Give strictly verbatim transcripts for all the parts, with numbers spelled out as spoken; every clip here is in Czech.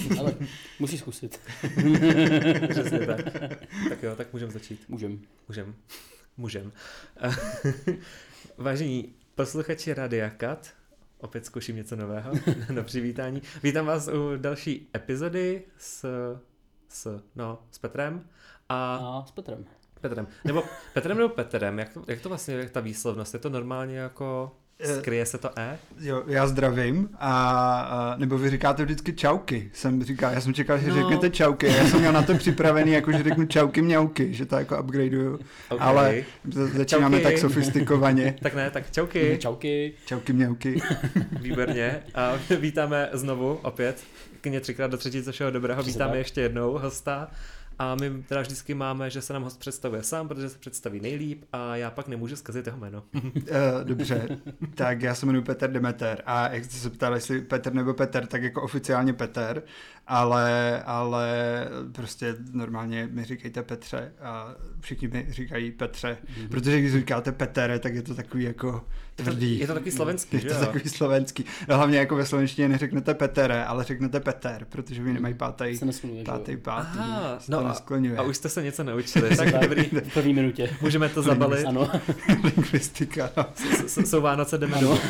Ale musíš zkusit. Přesně tak. Tak jo, tak můžeme začít. Můžem. Můžem. Můžem. Vážení posluchači Radia Kat, opět zkouším něco nového na přivítání. Vítám vás u další epizody s, s, no, s Petrem. A, a s Petrem. Petrem. Nebo Petrem nebo Petrem, jak to, jak to vlastně je ta výslovnost? Je to normálně jako, skryje se to E? Jo, já zdravím a, a nebo vy říkáte vždycky čauky, jsem říkal, já jsem čekal, že no. řeknete čauky, já jsem měl na to připravený, jako že řeknu čauky mňauky, že to jako upgradeuju, okay. Ale začínáme čauky. Tak sofistikovaně. Tak ne, tak čauky. Čauky. Čauky mňauky. Výborně a vítáme znovu opět, kyně třikrát do třetice všeho dobrého, vítáme tak. ještě jednou hosta. A my teda vždycky máme, že se nám host představuje sám, protože se představí nejlíp a já pak nemůžu zkazit jeho jméno. uh, dobře, tak já se jmenuji Petr Demeter a jak jste se ptali, jestli Petr nebo Petr, tak jako oficiálně Petr, ale, ale prostě normálně mi říkejte Petře a všichni mi říkají Petře, mm-hmm. protože když říkáte Petere, tak je to takový jako tvrdý. Je to, je to takový slovenský, je že to jo? takový slovenský. No hlavně jako ve slovenštině neřeknete Petere, ale řeknete Peter, protože vy nemají pátý, pátý, pátý. Aha, no a, a už jste se něco naučili, tak dobrý. V první minutě. Můžeme to zabalit. Ano. Lingvistika, no. Jsou Vánoce, jdeme domů.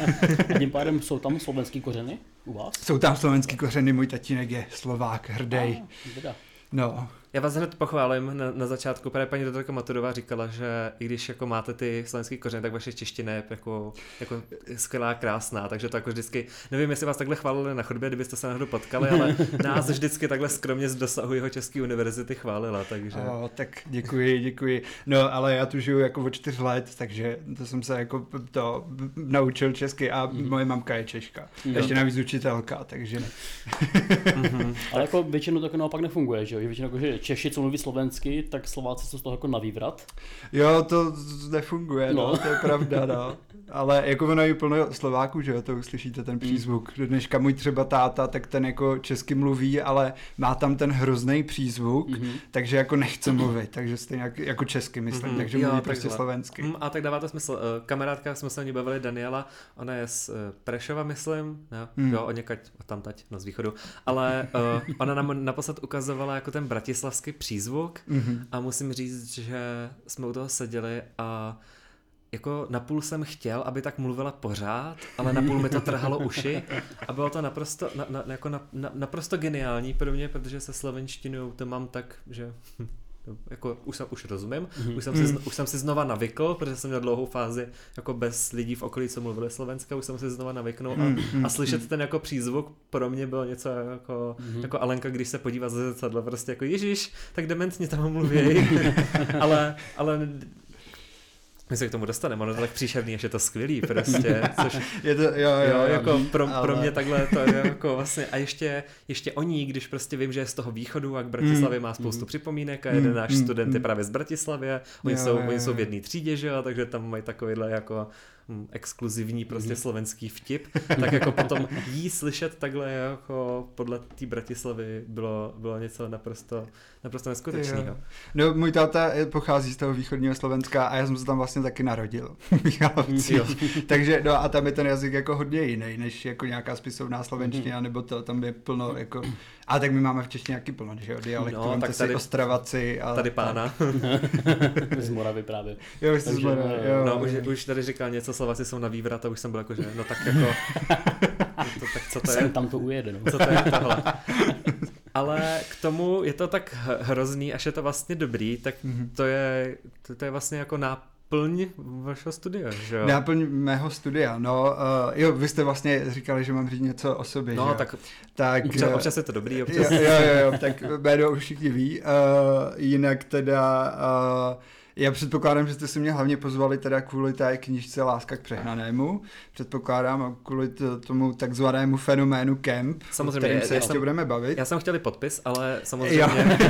A tím pádem jsou tam slovenský kořeny u vás? Jsou tam slovenský kořeny, můj tatínek je Slovák, hrdej. Ah, no. Já vás hned pochválím na, na začátku, právě paní doktorka Maturová říkala, že i když jako máte ty slovenský kořeny, tak vaše čeština je jako, jako skvělá, krásná, takže to jako vždycky, nevím, jestli vás takhle chválili na chodbě, kdybyste se náhodou potkali, ale nás vždycky takhle skromně z dosahu jeho české univerzity chválila, takže. O, tak děkuji, děkuji. No, ale já tu žiju jako od čtyř let, takže to jsem se jako to naučil česky a mm. moje mamka je Češka. Mm. Ještě navíc učitelka, takže. mm-hmm. Ale jako většinou to jako naopak nefunguje, že jo? Většinou jako, že Češi, co mluví slovensky, tak Slováci jsou z toho jako na vývrat. Jo, to nefunguje, no. no, to je pravda, no. Ale jako ono je plno Slováků, že jo, to uslyšíte ten přízvuk. Do dneška můj třeba táta, tak ten jako česky mluví, ale má tam ten hrozný přízvuk, mm-hmm. takže jako nechce mluvit, takže stejně jako, jako česky myslím, mm-hmm. takže jo, mluví prostě takhle. Slovensky. Mm, a tak dává to smysl. Kamarádka, jsme se o ní bavili, Daniela, ona je z Prešova, myslím, no, mm. jo, od někať, od tamtať, no z východu, ale uh, ona nám naposled ukazovala jako ten bratislavský přízvuk mm-hmm. a musím říct, že jsme u toho seděli a jako napůl jsem chtěl, aby tak mluvila pořád, ale napůl mi to trhalo uši a bylo to naprosto, na, na, jako na, na, naprosto geniální pro mě, protože se slovenštinou to mám tak, že jako už, jsem, už rozumím, mm-hmm. už, jsem si, už jsem si znova navykl, protože jsem měl dlouhou fázi jako bez lidí v okolí, co mluvili slovenska, už jsem si znova navyknul a, mm-hmm. a slyšet ten jako přízvuk pro mě bylo něco jako, mm-hmm. jako Alenka, když se podívá za zrcadlo, prostě jako Ježíš, tak dementně tam mluví, ale, ale my se k tomu dostaneme, ono to tak příšerný, že je to skvělý prostě, což je to, jo, jo, jo, jako pro, ale... pro mě takhle to je jako vlastně, a ještě, ještě oni, když prostě vím, že je z toho východu a k Bratislavě má spoustu mm. připomínek a jeden mm. náš student je právě z Bratislavy, oni, jo, jsou, jo, oni jsou v jedné třídě, že jo, takže tam mají takovýhle jako hm, exkluzivní prostě mm. slovenský vtip, tak jako potom jí slyšet takhle jako podle té Bratislavy bylo, bylo něco naprosto, naprosto neskutečného. No, můj táta pochází z toho východního Slovenska a já jsem se tam vlastně taky narodil. Takže no a tam je ten jazyk jako hodně jiný, než jako nějaká spisovná slovenština, nebo to, tam je plno jako, a tak my máme v češtině nějaký plno, že jo, dialektů, no, tak tady, Ostravaci. A tady pána. Z Moravy právě. Jo, jste z Moravy, jo. No, už, už tady říkal něco, Slováci jsou na vývrat a už jsem byl jako, že no tak jako, to, tak co to je? Sem tam to ujede, no. Co to je tohle? Ale k tomu je to tak hrozný, až je to vlastně dobrý, tak to je, to, to je vlastně jako náplň vašeho studia, že jo? Náplň mého studia, no, uh, jo, vy jste vlastně říkali, že mám říct něco o sobě, no, že jo? tak, tak občas, občas je to dobrý, občas... Jo, jo, jo, tak jméno už všichni ví, uh, jinak teda... Uh, Já předpokládám, že jste si mě hlavně pozvali teda kvůli té knížce Láska k přehnanému. Předpokládám a kvůli tomu takzvanému fenoménu Kemp, samozřejmě, o kterým se já ještě jsem, budeme bavit. Já jsem chtěl podpis, ale samozřejmě...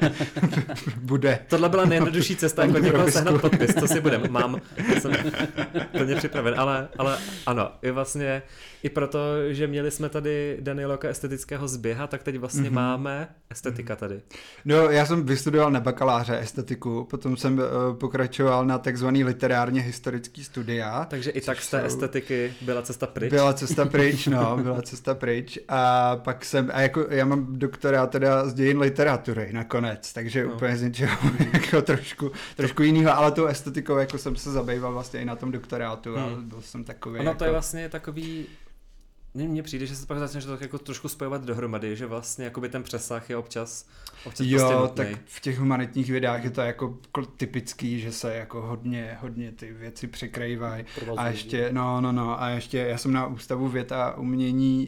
Bude. Tohle byla nejjednodušší cesta, jako někoho sehnat podpis, co si budem. Mám, jsem plně připraven, ale, ale ano, je vlastně i proto, že měli jsme tady Danieloka estetického zběha, tak teď vlastně mm-hmm. máme estetika tady. No, já jsem vystudoval na bakaláře estetiku, potom jsem pokračoval na takzvaný literárně historický studia. Takže i tak z té estetiky byla cesta pryč. Byla cesta pryč, no, byla cesta pryč. A pak jsem, a jako já mám doktorát teda z dějin literatury nakonec, takže no. úplně z něčeho jako trošku, trošku jinýho, ale tou estetikou jako jsem se zabýval vlastně i na tom doktorátu a byl jsem takový. Ono jako... to je vlastně takový, mně přijde, že se pak začneš to tak jako trošku spojovat dohromady, že vlastně jakoby ten přesah je občas, občas jo, prostě nutnej. Tak v těch humanitních vědách je to jako typický, že se jako hodně, hodně ty věci překrývají. A ještě, no, no, no, a ještě já jsem na Ústavu věd a umění,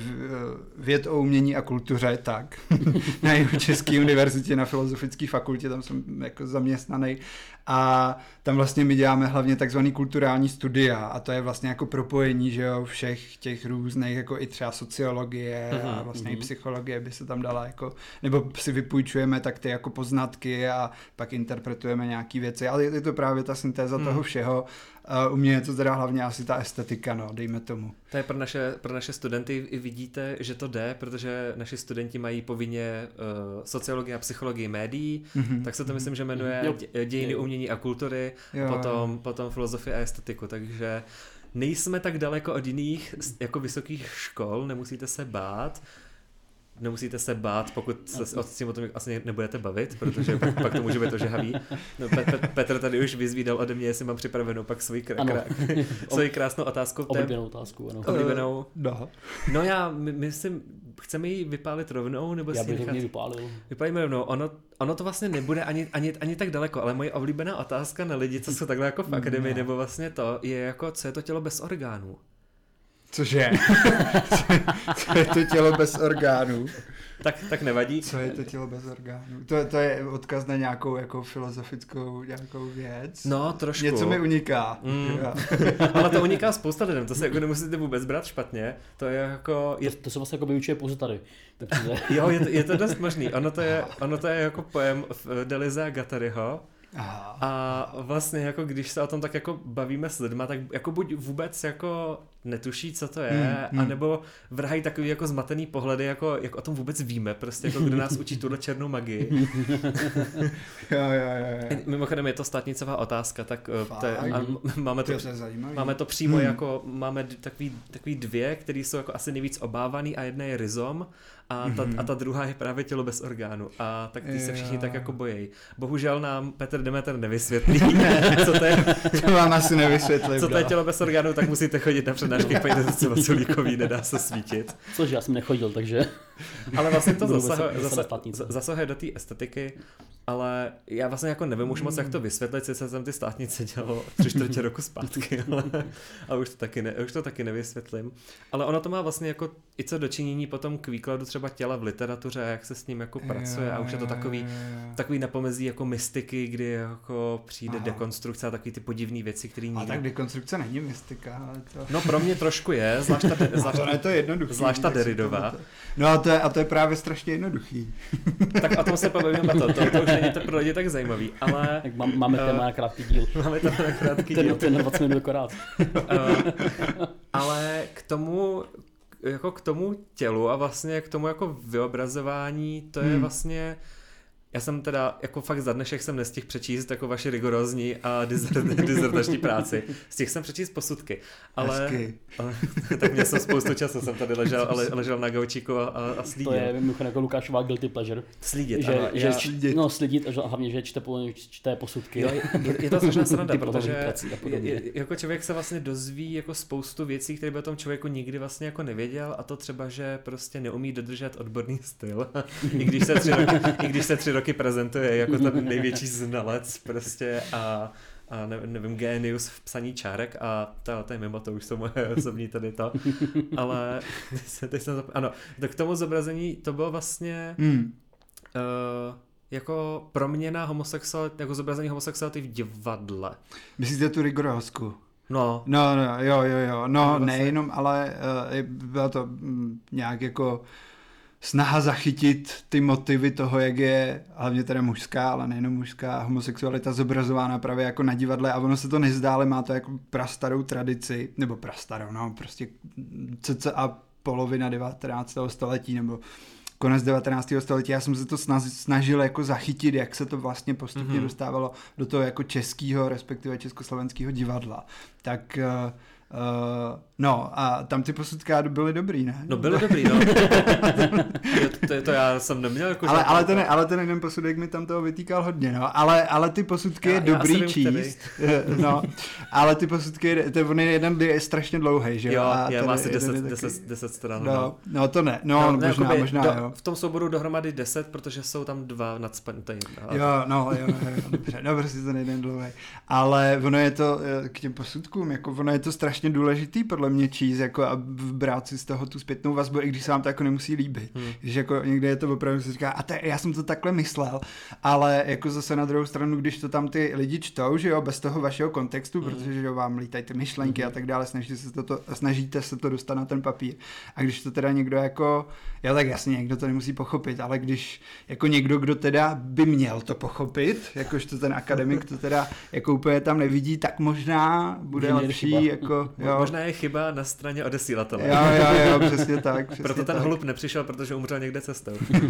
věd o umění a kultuře, tak, na Jihočeské univerzitě na Filozofické fakultě, tam jsem jako zaměstnaný. A tam vlastně my děláme hlavně takzvaný kulturální studia a to je vlastně jako propojení, že jo, všech těch různých, jako i třeba sociologie uh-huh, a vlastně uh-huh. i psychologie by se tam dala jako, nebo si vypůjčujeme tak ty jako poznatky a pak interpretujeme nějaký věci, ale je to právě ta syntéza uh-huh. toho všeho. Uh, u mě je to teda hlavně asi ta estetika, no, dejme tomu. To je pro naše, pro naše studenty, i vidíte, že to jde, protože naši studenti mají povinně uh, sociologii a psychologii médií, mm-hmm. tak se to myslím, že jmenuje mm-hmm. dějiny jo. umění a kultury, jo, a potom, jo. potom filozofii a estetiku, takže nejsme tak daleko od jiných jako vysokých škol, nemusíte se bát. Nemusíte se bát, pokud se s tím o tom asi nebudete bavit, protože pak, pak to může být ožehavý. No, Pe- Pe- Petr tady už vyzvídal ode mě, jestli mám připravenou pak svoji, krá- krá- svoji krásnou otázku. Oblíbenou otázku, ano. Oblíbenou. Uh, no. no já my, myslím, chceme ji vypálit rovnou, nebo já si bych nechat... ji vypálil. Vypálíme rovnou. Ono, ono to vlastně nebude ani, ani, ani tak daleko, ale moje oblíbená otázka na lidi, co jsou takhle jako v akademii, no. nebo vlastně to, je jako, co je to tělo bez orgánů? Cože? Co je to tělo bez orgánů? Tak, tak nevadí. Co je to tělo bez orgánů? To, to je odkaz na nějakou jako filozofickou nějakou věc? No, trošku. Něco mi uniká. Mm. Ale to uniká spousta lidem, to se jako nemusíte vůbec brát špatně. To je jako... Je... To, to se vlastně jako vyučuje pouze tady. Jo, je to, je to dost možný. Ono to je, ono to je jako pojem Deleuze a Guattariho. Aha. A vlastně jako když se o tom tak jako bavíme s lidma, tak jako buď vůbec jako netuší, co to je, hmm, anebo vrhají takový jako zmatený pohledy, jako jak o tom vůbec víme, prostě jako kdo nás učí tuhle černou magii. jo, jo, jo, jo. Mimochodem je to státnicová otázka, tak to je, a máme to, to máme to přímo hmm. jako, máme takový, takový dvě, které jsou jako asi nejvíc obávaný a jedna je rhizom a ta, a ta druhá je právě tělo bez orgánu a tak ty se všichni tak jako bojejí. Bohužel nám Petr Demeter nevysvětlí, co to je, to vám asi nevysvětlím, co to je tělo bez orgánu, tak musíte chodit na přednášky k paní doktorce Vaculíkový, nedá se svítit. Což já jsem nechodil, takže... Ale vlastně to zasahuje, zasahuje, zasahuje do té estetiky, ale já vlastně jako nevím už moc, jak to vysvětlit, sice jsem ty státnice dělal tři čtvrtě roku zpátky, ale, ale už, to taky ne, už to taky nevysvětlím. Ale ono to má vlastně jako i co dočinění potom k výkladu třeba těla v literatuře, jak se s ním jako pracuje a už je to takový, takový napomezí jako mystiky, kdy jako přijde Aha. dekonstrukce a takový ty podivné věci, které nikdo... A tak dekonstrukce není mystika, ale to... No pro mě trošku je, zvlášť ta, de, zvlášť, to, to je jednoduchý, zvlášť ta Derridová. No a to, je, a to je právě strašně jednoduchý. Tak o tom se pobavíme to, to, to už není to pro lidi tak zajímavý, ale... Tak mám, máme téma na krátký díl. Máme téma na krátký ten, díl. Ten na dvacet minut akorát. uh, ale k tomu, jako k tomu tělu a vlastně k tomu jako vyobrazování, to je hmm. vlastně... Já jsem teda, jako fakt za dnešek jsem nestihl přečíst jako vaši rigorózní a dizertační práci. Stihl jsem přečíst posudky, ale, ale tak měl jsem spoustu času, jsem tady ležel, ale ležel na gaučíku a, a slídil. To je mimochodem jako Lukášová guilty pleasure. Slídit, že, ano. Že, já... slídit. No slídit, a hlavně, že čte, čte posudky. Jo, je, je to strašná sranda, protože je, jako člověk se vlastně dozví jako spoustu věcí, které by o tom člověku nikdy vlastně jako nevěděl, a to třeba, že prostě neumí dodržet odborný styl, i když se tři roky, i když se tři roky prezentuje jako ten největší znalec prostě a, a ne, nevím, génius v psaní čárek a to, to je mimo, to už jsou moje osobní tady to, ale teď jsem zapomněl, ano, tak k tomu zobrazení to bylo vlastně hmm. uh, jako proměna homosexuality, jako zobrazení homosexuality v divadle. Myslíte tu rigorózku? No. No, no, jo, jo, jo, no vlastně... nejenom, ale uh, byla to um, nějak jako snaha zachytit ty motivy toho, jak je hlavně teda mužská, ale nejenom mužská homosexualita zobrazována právě jako na divadle, a ono se to nezdá, ale má to jako prastarou tradici, nebo prastarou, no prostě cca polovina devatenáctého století, nebo konec devatenáctého století. Já jsem se to snažil jako zachytit, jak se to vlastně postupně mm-hmm. dostávalo do toho jako českého, respektive československého divadla. Tak uh, Uh, no a tam ty posudkáři byly dobrý, ne? No byly dobrý, no. to, to, to já jsem neměl jako ale, ale, ten, ale ten jeden posudek mi tam toho vytýkal hodně, no. Ale, ale ty posudky já, je dobrý vím, číst. no, ale ty posudky, to on je jeden je strašně dlouhý, že jo? Jo, a já má asi deset, deset stran. No, no. no to ne, no, no možná, jakoby, možná do, jo. V tom souboru dohromady deset, protože jsou tam dva nadspaní. Jo, no, jo, jo, dobře, no prostě ten jeden dlouhý. Ale ono je to k těm posudkům, jako ono je to strašně důležitý podle mě číst, jako a brát si z toho tu zpětnou vazbu, i když se vám to jako nemusí líbit. Hmm. Že jako někde je to opravdu, se říká, a te, já jsem to takhle myslel, ale jako zase na druhou stranu, když to tam ty lidi čtou, že jo, bez toho vašeho kontextu, hmm. protože že jo, vám lítají ty myšlenky hmm. a tak dále, snažíte se, to, snažíte se to dostat na ten papír. A když to teda někdo jako, jo tak jasně, někdo to nemusí pochopit, ale když jako někdo, kdo teda by měl to pochopit, jakožto ten akademik to teda jako úplně tam nevidí, tak možná bude lepší, jako, jo. Možná je chyba na straně odesílatele. Jo, jo, jo, přesně tak. Přesně Proto ten tak. holub nepřišel, protože umřel někde cestou.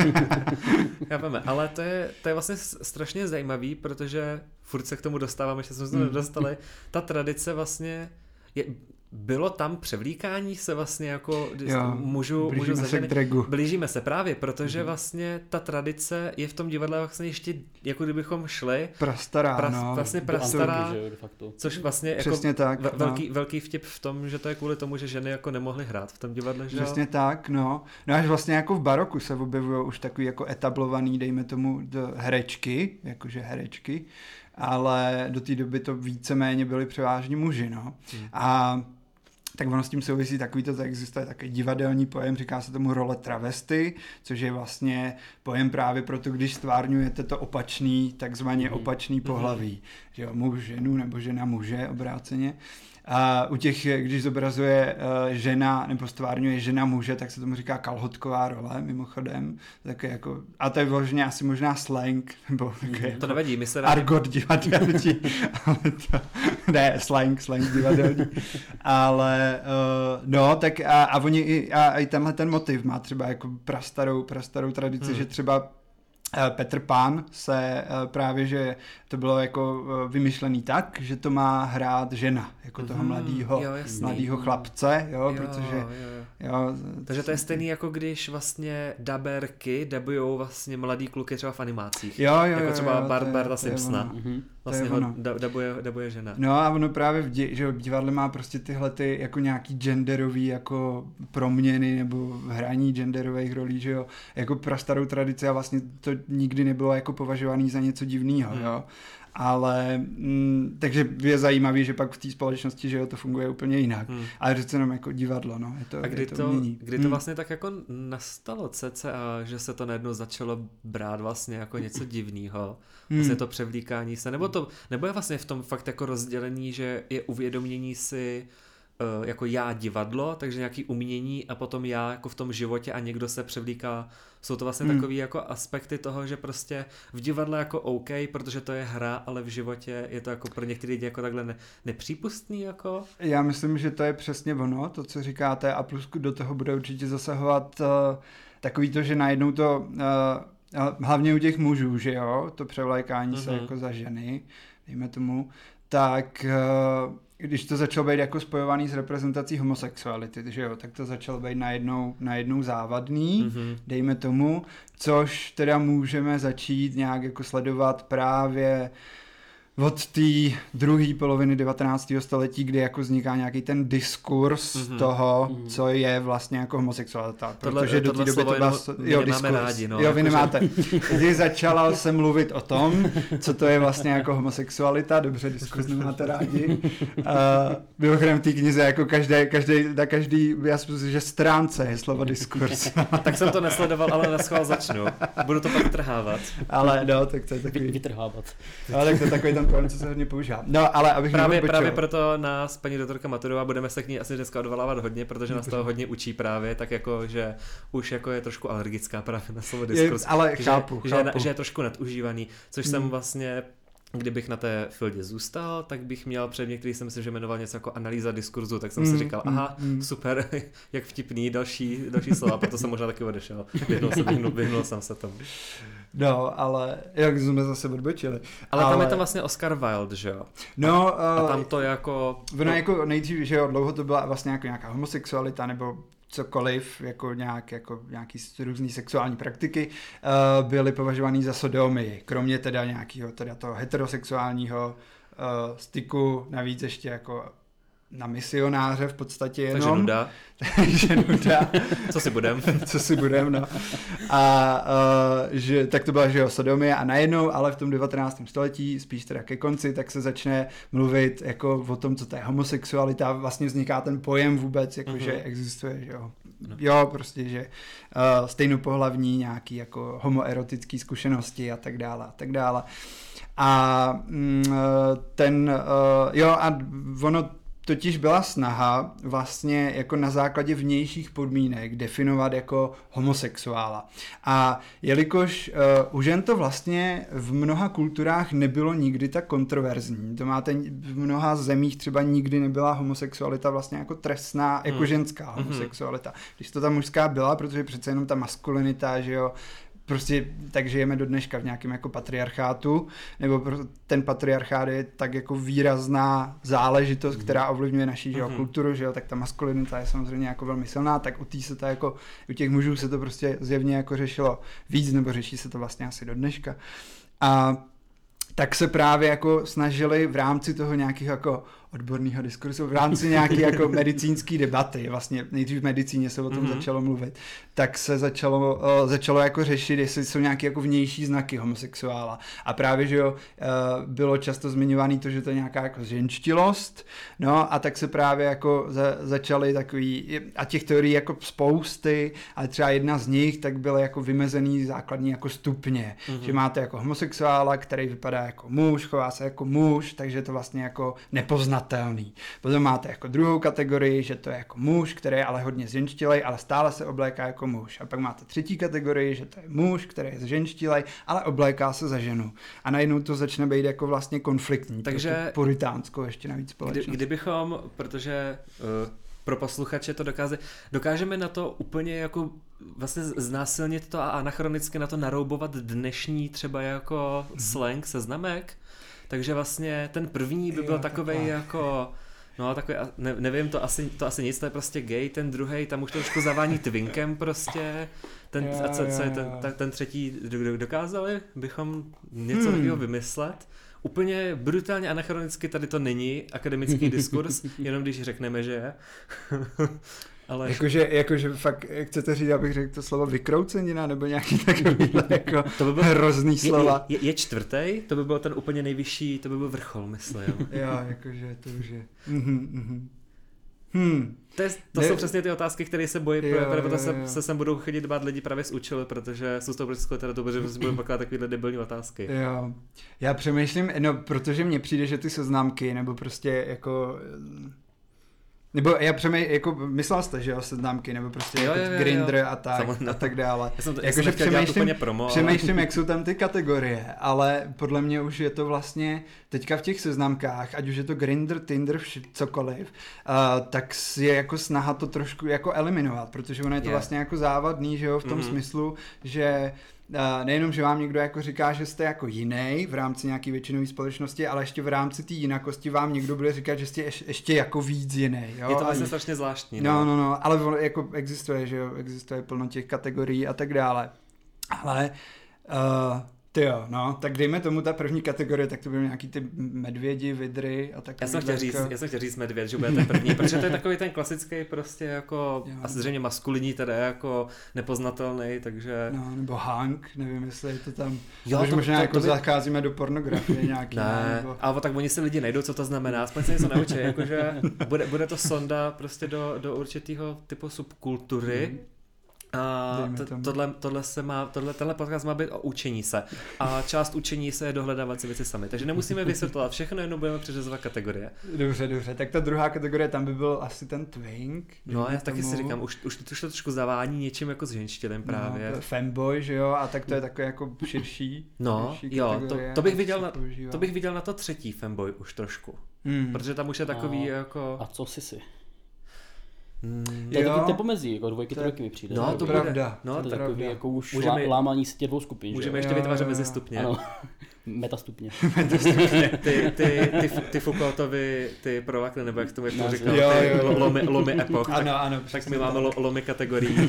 Chápeme, ale to je, to je vlastně strašně zajímavý, protože furt se k tomu dostáváme, že jsme se mm. dostali. Ta tradice vlastně je, bylo tam převlíkání se vlastně jako jo, můžu, blížíme můžu se k dragu. Blížíme se právě, protože mm. vlastně ta tradice je v tom divadle vlastně ještě, jako kdybychom šli. Prastará, pra, no. Vlastně prastará, facto. což vlastně přesně jako tak, ve, no. velký, velký vtip v tom, že to je kvůli tomu, že ženy jako nemohly hrát v tom divadle. Že přesně tak, no. No až vlastně jako v baroku se objevují už takový jako etablovaný, dejme tomu, do herečky, jakože herečky, ale do té doby to víceméně byly převážně muži, no. Hmm. A tak ono s tím souvisí takový to, tak existuje takový divadelní pojem, říká se tomu role travesty, což je vlastně pojem právě proto, když stvárňujete to opačný, takzvaně mm-hmm. opačný pohlaví, že jo, muž ženu nebo žena muže obráceně. A u těch, když zobrazuje uh, žena nebo stvárňuje žena muže, tak se tomu říká kalhotková role, mimochodem. Tak jako, a to je vloženě asi možná slang, nebo mm, to nevadí, my se rádi... argot divadelní, ale to, ne, slang, slang divadelní. Ale uh, no, tak a, a oni i, a, a i tenhle ten motiv má třeba jako prastarou, prastarou tradici, hmm. že třeba Petr Pan se právě, že to bylo jako vymyšlený tak, že to má hrát žena, jako toho mladýho, mladýho chlapce, jo, jo protože... Jo, jo. Jo, takže to je stejný, jako když vlastně daberky debujou vlastně mladý kluky třeba v animacích. Jo, jo, jako třeba jo, Bart Barta Simpsona. Vlastně ho dabuje, dabuje žena. No a ono právě v, di- že v divadle má prostě tyhle ty jako nějaký genderový jako proměny nebo hraní genderových rolí, že jo, jako prastarou tradici a vlastně to nikdy nebylo jako považovaný za něco divného, hmm. jo. Ale, m, takže je zajímavý, že pak v té společnosti, že jo, to funguje úplně jinak. Hmm. Ale přece jenom jako divadlo, no. Je to, a kdy je to, to, umění. kdy to hmm. vlastně tak jako nastalo cca, že se to najednou začalo brát vlastně jako něco divného, hmm. vlastně to převlíkání se, nebo to, nebo je vlastně v tom fakt jako rozdělení, že je uvědomění si uh, jako já divadlo, takže nějaký umění a potom já jako v tom životě a někdo se převlíká. Jsou to vlastně hmm. takový jako aspekty toho, že prostě v divadle jako OK, protože to je hra, ale v životě je to jako pro některé lidi jako takhle ne, nepřípustný jako. Já myslím, že to je přesně ono, to, co říkáte, a plus do toho bude určitě zasahovat uh, takový to, že najednou to, uh, hlavně u těch mužů, že jo, to převlékání mm-hmm. se jako za ženy, dejme tomu, tak uh, když to začalo být jako spojovaný s reprezentací homosexuality, že jo, tak to začalo být najednou, najednou závadný, mm-hmm. dejme tomu, což teda můžeme začít nějak jako sledovat právě od té druhé poloviny devatenáctého století, kdy jako vzniká nějaký ten diskurs mm-hmm. toho, mm-hmm. co je vlastně jako homosexualita. Tohle, protože do té doby to byla... Jo, diskurs. Rádi, no, jo, vy jako nemáte. Když začala se mluvit o tom, co to je vlastně jako homosexualita, dobře, diskurs nemáte rádi. Uh, Mimochodem v té knize jako každé, každý, na každý, já si myslím, že stránce je slovo diskurs. Tak jsem to nesledoval, ale na schvál začnu. Budu to pak trhávat. Ale no, tak to je takový... Vytrhávat. Ale tak to je takový ten pojem, co se hodně používá. No, ale abych právě, právě proto nás paní doktorka Maturová budeme se k ní asi dneska odvolávat hodně, protože nás toho hodně učí právě, tak jako, že už jako je trošku alergická právě na slovo diskurs. Je, ale chápu, že, chápu. Že, že je trošku nadužívaný, což hmm. jsem vlastně kdybych na té fildě zůstal, tak bych měl předmět, který jsem si že jmenoval něco jako analýza diskurzu, tak jsem Mm, si říkal, mm, aha, mm. super, jak vtipný, další, další slova, proto jsem možná taky odešel. Vyhnul jsem, vyhnul, vyhnul jsem se tomu. No, ale jak jsme zase odbočili. Ale, ale tam je tam vlastně Oscar Wilde, že jo? No, uh, a tam to jako... Ono jako nejdřív, že jo, dlouho to byla vlastně jako nějaká homosexualita nebo cokoliv, jako, nějak, jako nějaký různý sexuální praktiky, uh, byly považovány za sodomii, kromě teda nějakého teda toho heterosexuálního uh, styku, navíc ještě jako na misionáře v podstatě jenom. Takže nuda. Takže nuda. Co si budem? Co si budem, no. A uh, že, tak to byla, že jo, sodomie a najednou, ale v tom devatenáctém století, spíš teda ke konci, tak se začne mluvit jako o tom, co to je homosexualita, vlastně vzniká ten pojem vůbec, jako uh-huh. že existuje, že jo. No. Jo, prostě, že uh, stejnopohlavní nějaký jako homoerotický zkušenosti a tak dále a tak dále. A mm, ten, uh, jo, a ono totiž byla snaha vlastně jako na základě vnějších podmínek definovat jako homosexuála. A jelikož uh, u žen to vlastně v mnoha kulturách nebylo nikdy tak kontroverzní, to máte v mnoha zemích třeba nikdy nebyla homosexualita vlastně jako trestná, jako hmm. ženská homosexualita. Když to ta mužská byla, protože přece jenom ta maskulinita, že jo, prostě tak žijeme do dneška v nějakém jako patriarchátu, nebo ten patriarchát je tak jako výrazná záležitost, která ovlivňuje naši že jo, kulturu, že jo, tak ta maskulinita je samozřejmě jako velmi silná, tak u tý se to jako, u těch mužů se to prostě zjevně jako řešilo víc, nebo řeší se to vlastně asi do dneška. A tak se právě jako snažili v rámci toho nějakého jako odborného diskursu, v rámci nějaké jako medicínské debaty, vlastně nejdřív v medicíně se o tom mm-hmm. začalo mluvit, tak se začalo, uh, začalo jako řešit, jestli jsou nějaké jako vnější znaky homosexuála. A právě, že jo, uh, bylo často zmiňované to, že to je nějaká jako zženštilost, no a tak se právě jako za, začaly takový, a těch teorií jako spousty, ale třeba jedna z nich, tak byly jako vymezený základní jako stupně, mm-hmm. že máte jako homosexuála, který vypadá jako muž, chová se jako muž, takže to vlastně jako nepoznat. Potom máte jako druhou kategorii, že to je jako muž, který je ale hodně zženštilej, ale stále se obléká jako muž. A pak máte třetí kategorii, že to je muž, který je zženštilej, ale obléká se za ženu. A najednou to začne být jako vlastně konfliktní. Takže puritánskou ještě navíc společnost. Kdy, kdybychom, protože uh, pro posluchače to dokáže, dokážeme na to úplně jako vlastně znásilnit to a anachronicky na to naroubovat dnešní třeba jako hmm. slang, seznamek. Takže vlastně ten první by byl jo, takovej takhle. Jako, no takový, ne, nevím, to asi, to asi nic, to je prostě gay, ten druhej, tam už to trošku zavání twinkem prostě, ten, jo, a co, co je ten, ten, ten třetí, dokázali bychom něco hmm. takového vymyslet. Úplně brutálně anachronicky tady to není akademický diskurs, jenom když řekneme, že je. Ale... Jakože, jakože fakt, chcete říct, abych řekl to slovo vykroucenina, nebo nějaký takovýhle jako to by byl, hrozný slova. Je, je, je čtvrtý, to by byl ten úplně nejvyšší, to by byl vrchol, myslím. Jo, jakože to už je. Mhm, mhm. Hmm. To, je, to jsou přesně ty otázky, které se bojí, jo, proto jo, se, jo. se sem budou chodit bát lidi právě z učili, protože jsou z toho politickou literaturu, protože si budou pokládat takovýhle debilní otázky. Jo. Já přemýšlím, no, protože mně přijde, že ty seznámky, nebo prostě jako... Nebo já přemýšlím, jako myslel jste, že jo, seznámky, nebo prostě jo, jako Grindr a tak, a tak dále. Já jsem to, jako, já jsem přemýšlím, promo, přemýšlím ale... jak jsou tam ty kategorie, ale podle mě už je to vlastně teďka v těch seznamkách, ať už je to Grindr, Tinder, vš- cokoliv, uh, tak je jako snaha to trošku jako eliminovat, protože ono je to yeah. vlastně jako závadný, že jo, v tom mm-hmm. smyslu, že Uh, nejenom, že vám někdo jako říká, že jste jako jiný v rámci nějaký většinové společnosti, ale ještě v rámci té jinakosti vám někdo bude říkat, že jste ješ, ještě jako víc jiný. Jo? Je to vlastně strašně zvláštní. No, no, no, ale ono jako existuje, že jo, existuje plno těch kategorií a tak dále. Ale uh, tyjo, no, tak dejme tomu ta první kategorie, tak to byly nějaký ty medvědi, vidry a tak. Já jsem chtěl říct, já jsem chtěl říct medvěd, že bude ten první, protože to je takový ten klasický prostě jako, jo, asi zřejmě maskulinní, teda jako nepoznatelný, takže... No, nebo Hank, nevím, jestli je to tam, jo, to, možná to, jako to by... zacházíme do pornografie nějaký. Ne, nebo... ale tak oni si lidi najdou, co to znamená, aspoň se něco naučí, jakože bude, bude to sonda prostě do, do určitého typu subkultury, hmm. A to, tohle, tohle se má, tohle, tenhle podcast má být o učení se. A část učení se je dohledávat si věci sami. Takže nemusíme vysvětlovat všechno, jenom budeme přeřezovat kategorie. Dobře, dobře. Tak ta druhá kategorie, tam by byl asi ten twink. No já taky tomu... si říkám, už, už, už to trošku zavání něčím jako s ženštilem právě. No, fanboy, že jo, a tak to je takové jako širší. No, širší jo, to, to, bych viděl na, to bych viděl na to třetí fanboy už trošku. Hmm. Protože tam už je takový a, jako... A co si si? Hmm. To je taky ty pomezí, jako dvojky, to trojky mi přijde. No, to bude. Pravda. No, to je takový jako už můžeme, lá, lámání si těch dvou skupin. Můžeme ještě vytvářet mezi stupně. Ano, metastupně. Metastupně. ty, ty, ty, ty Foucaultovi, ty prolakny, nebo jak tomu jak to říkal, jo, ty jo. lomy, lomy epoch. Ano, tak, ano. Tak my máme lo, lomy kategorií.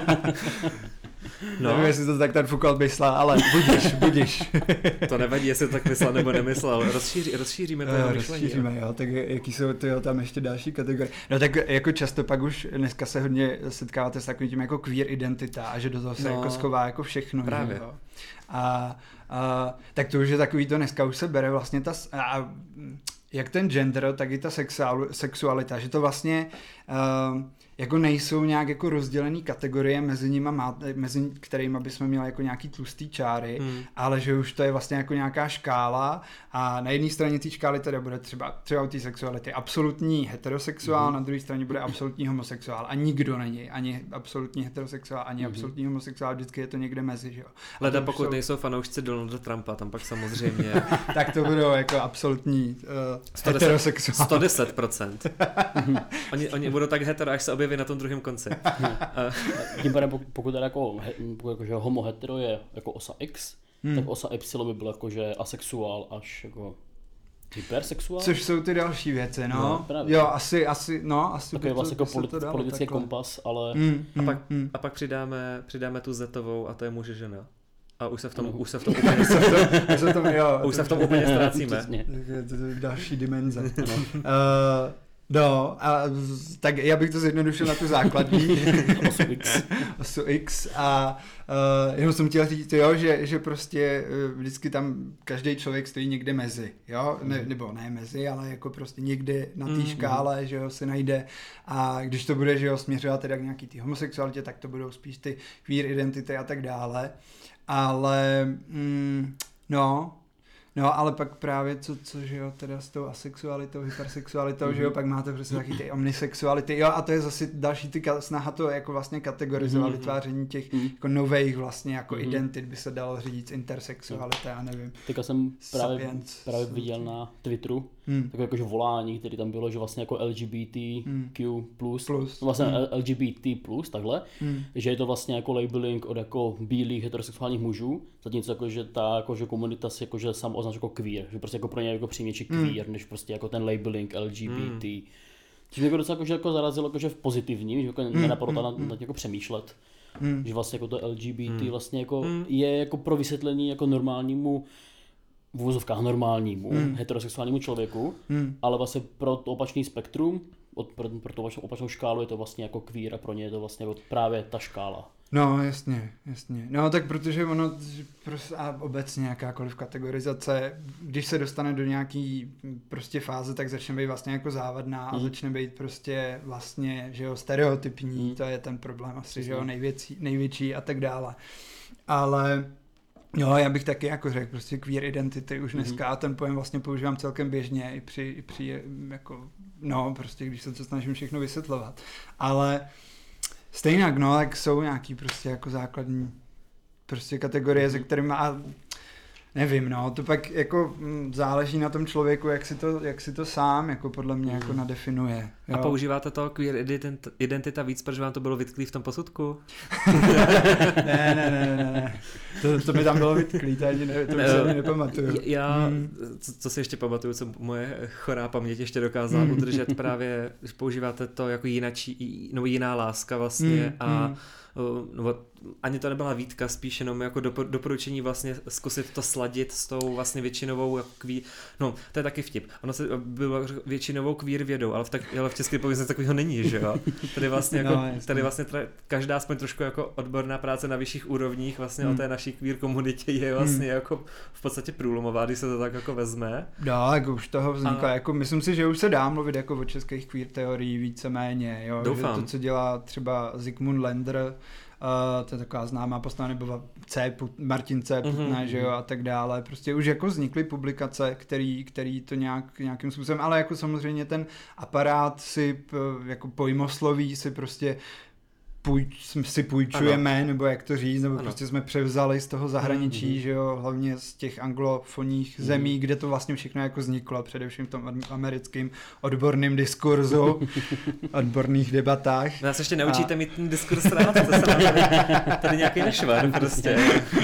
No. Nevím, jestli to tak ten Foucault myslel, ale budiš, budiš. To nevadí, jestli to tak myslel nebo nemyslel. Rozšíří, rozšíříme to jeho myšlení. Rozšíříme, jo. Tak jaký jsou ty, jo, tam ještě další kategorie. No tak jako často pak už dneska se hodně setkáváte s takovým tím jako queer identita a že do toho se no, jako schová jako všechno. Právě. Jo. A, a tak to už je takový to, dneska už se bere vlastně ta... A, jak ten gender, tak i ta sexual, sexualita, že to vlastně uh, jako nejsou nějak jako rozdělený kategorie mezi nimi, mezi kterými bychom měli jako nějaký tlustý čáry, hmm. ale že už to je vlastně jako nějaká škála a na jedné straně té škály teda bude třeba, třeba u té sexuality absolutní heterosexuál, hmm. na druhé straně bude absolutní homosexuál a nikdo není ani absolutní heterosexuál, ani hmm. absolutní homosexuál, vždycky je to někde mezi, že jo. Leda pokud jsou... nejsou fanoušci Donalda Trumpa, tam pak samozřejmě... tak to budou jako absolutní uh, heterosexuál. sto deset procent. oni, oni budou tak hetero, až se objeví na tom druhém konci. Tím pádem, pokud teda jako, jako že homo hetero je jako osa X, hmm. tak osa Y by byl jako že asexuál až jako hypersexuál. Což jsou ty další věci, no. no jo, asi, asi, no, asi takový vlastně jako politi- dalo, politický takhle. Kompas, ale... Hmm, a pak, hmm. a pak přidáme, přidáme tu zetovou a to je muž žena. A už se v tom, už se v tom úplně, už se v tom, jo, už se v tom úplně ztrácíme. To je další dimenze. No. uh, no, a tak já bych to zjednodušil na tu základní osu X. osu X a uh, jenom jsem chtěl říct, jo, že, že prostě uh, vždycky tam každý člověk stojí někde mezi, jo, ne, nebo ne mezi, ale jako prostě někde na té mm, škále, mm. že jo, se najde a když to bude, že jo, směřovat teda k nějaký té homosexualitě, tak to budou spíš ty queer identity a tak dále. Ale, mm, no, no, ale pak právě co, co, že jo, teda s tou asexualitou, hypersexualitou, mm-hmm. že jo, pak máte prostě taky ty omnisexuality, jo, a to je zase další ty ka- snaha to jako vlastně kategorizovat, mm-hmm. vytváření těch mm-hmm. jako nových vlastně jako mm-hmm. identit, by se dalo říct, intersexualita, já nevím. Teďka jsem právě, právě viděl na Twitteru, hmm. takové jakože volání, které tam bylo, že vlastně jako L G B T Q plus, plus. No vlastně hmm. L G B T plus, takhle, hmm. že je to vlastně jako labeling od jako bílých heterosexuálních mužů, zatímco jako, že ta jakože komunita si jakože sám označuje jako queer, že prostě jako pro ně jako přímější queer, hmm. než prostě jako ten labeling L G B T. Hmm. Což mě jako docela jakože jako zarazilo jakože v pozitivním, že jako hmm. nenapadlo na to jako přemýšlet. Hmm. Že vlastně jako to L G B T hmm. vlastně jako hmm. je jako pro vysvětlení jako normálnímu v uvozovkách normálnímu hmm. heterosexuálnímu člověku, hmm. ale vlastně pro to opačný spektrum, od, pro, pro tu opačnou, opačnou škálu je to vlastně jako queer a pro ně je to vlastně jako právě ta škála. No jasně, jasně. No tak protože ono prostě a obecně jakákoliv kategorizace, když se dostane do nějaký prostě fáze, tak začne být vlastně jako závadná a hmm. začne být prostě vlastně, že jo, stereotypní, hmm. to je ten problém asi, že jo, největší, největší a tak dále. Ale no, já bych taky jako řekl, prostě queer identity už dneska mm-hmm. ten pojem vlastně používám celkem běžně i při, i při jako, no, prostě když se to snažím všechno vysvětlovat. Ale stejně, no, tak jsou nějaký prostě jako základní prostě kategorie, mm-hmm. se kterými a nevím, no, to pak jako záleží na tom člověku, jak si to, jak si to sám jako podle mě jako nadefinuje. Jo. A používáte to queer identita víc, protože vám to bylo vytklý v tom posudku? ne, ne, ne, ne, ne. To, to mi tam bylo vytklý, to, ani ne, to si ani nepamatuju. Já, co, co si ještě pamatuju, co moje chorá paměť ještě dokázala udržet právě, když používáte to jako jinačí, no jiná láska vlastně mm, a mm. No, ani to nebyla výtka, spíš jenom jako doporučení vlastně zkusit to sladit s tou vlastně většinovou jako queer, no to je taky vtip, ono se bylo většinovou queer vědou, ale v, tak, ale v České republice takového není, že jo, tady vlastně jako, no, tady vlastně tra, každá aspoň trošku jako odborná práce na vyšších úrovních vlastně hmm. o té naší queer komunitě je vlastně hmm. jako v podstatě průlomová, když se to tak jako vezme. No, jako už toho vzniká, a... jako myslím si, že už se dá mluvit jako o českých queer teorií víceméně, jo, doufám. Že to, co dělá třeba Zygmunt Lander, to je taková známá postava, nebo C, Martin C. Putna, mm-hmm. že jo, a tak dále. Prostě už jako vznikly publikace, který, který to nějak, nějakým způsobem, ale jako samozřejmě ten aparát si jako pojmosloví si prostě půjč, si půjčujeme, ano. nebo jak to říct, nebo ano. prostě jsme převzali z toho zahraničí, mm-hmm. že jo, hlavně z těch anglofonních mm-hmm. zemí, kde to vlastně všechno jako vzniklo, především v tom americkém odborném diskurzu, odborných debatách. Nás ještě naučíte a... mít ten diskurs rád, to se nám tady, tady nějaký nešvar prostě.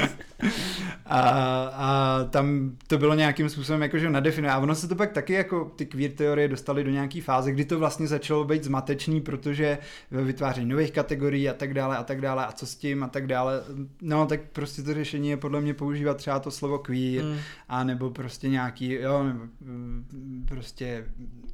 A, a tam to bylo nějakým způsobem jakože nadefinovat. A ono se to pak taky jako ty queer teorie dostaly do nějaký fáze, kdy to vlastně začalo být zmatečný, protože ve vytváření nových kategorií a tak dále a tak dále a co s tím a tak dále. No tak prostě to řešení je podle mě používat třeba to slovo queer mm. a nebo prostě nějaký, jo, nebo prostě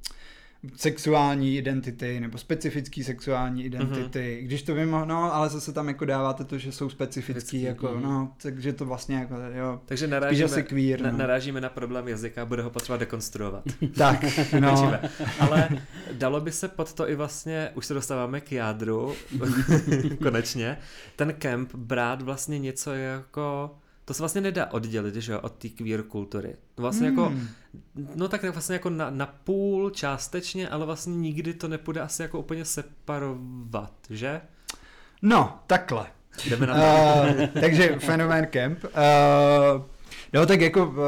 sexuální identity nebo specifický sexuální identity, mm-hmm. když to vím, no, ale zase tam jako dáváte to, že jsou specifický, jako, mm. no, takže to vlastně jako, jo, takže narážíme, queer, na, no. narážíme na problém jazyka, bude ho potřeba dekonstruovat. Tak, no. Ale dalo by se pod to i vlastně, už se dostáváme k jádru, konečně, ten kemp brát vlastně něco jako... To se vlastně nedá oddělit, že jo, od té queer kultury. Vlastně hmm. jako, no tak vlastně jako na, na půl částečně, ale vlastně nikdy to nepůjde asi jako úplně separovat, že? No, takhle. Jdeme na to. Uh, takže fenomén kemp. Uh, no tak jako uh,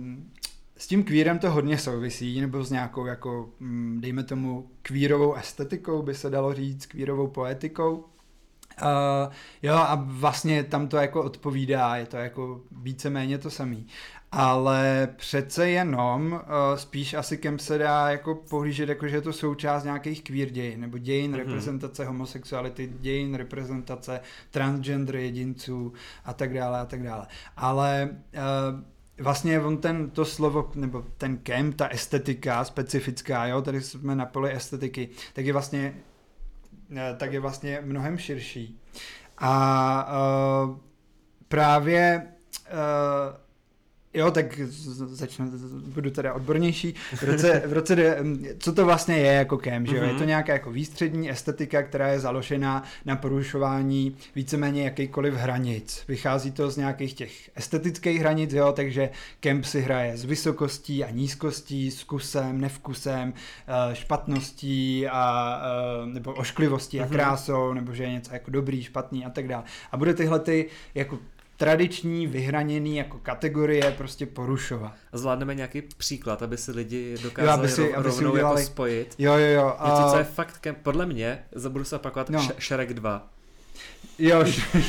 s tím queerem to hodně souvisí, nebo s nějakou jako, dejme tomu, queerovou estetikou, by se dalo říct, queerovou poetikou. Uh, jo a vlastně tam to jako odpovídá, je to jako víceméně to samý. Ale přece jenom uh, spíš asi kemp se dá jako pohlížet, jako že je to součást nějakých queer dějin, nebo dějin mm-hmm. reprezentace homosexuality, dějin reprezentace transgender jedinců a tak dále a tak dále. Ale uh, vlastně on ten, to slovo, nebo ten kemp, ta estetika specifická, jo, tady jsme na poli estetiky, tak je vlastně tak je vlastně mnohem širší. A uh, právě uh, jo, tak začnu, budu teda odbornější. V roce, v roce co to vlastně je jako kemp, že jo? Mm-hmm. Je to nějaká jako výstřední estetika, která je založená na porušování víceméně jakýkoliv hranic. Vychází to z nějakých těch estetických hranic, jo, takže kemp si hraje s vysokostí a nízkostí, s kusem, nevkusem, špatností a nebo ošklivostí a krásou, nebo že je něco jako dobrý, špatný a tak dále. A bude tyhle ty jako tradiční, vyhraněný jako kategorie prostě porušovat. A zvládneme nějaký příklad, aby si lidi dokázali jo, aby si, rov, aby rovnou si udělali... jako spojit. Jo, jo, jo. Něco, a... co je fakt, kem... podle mě, budu se opakovat, no. Shrek dva. Jo,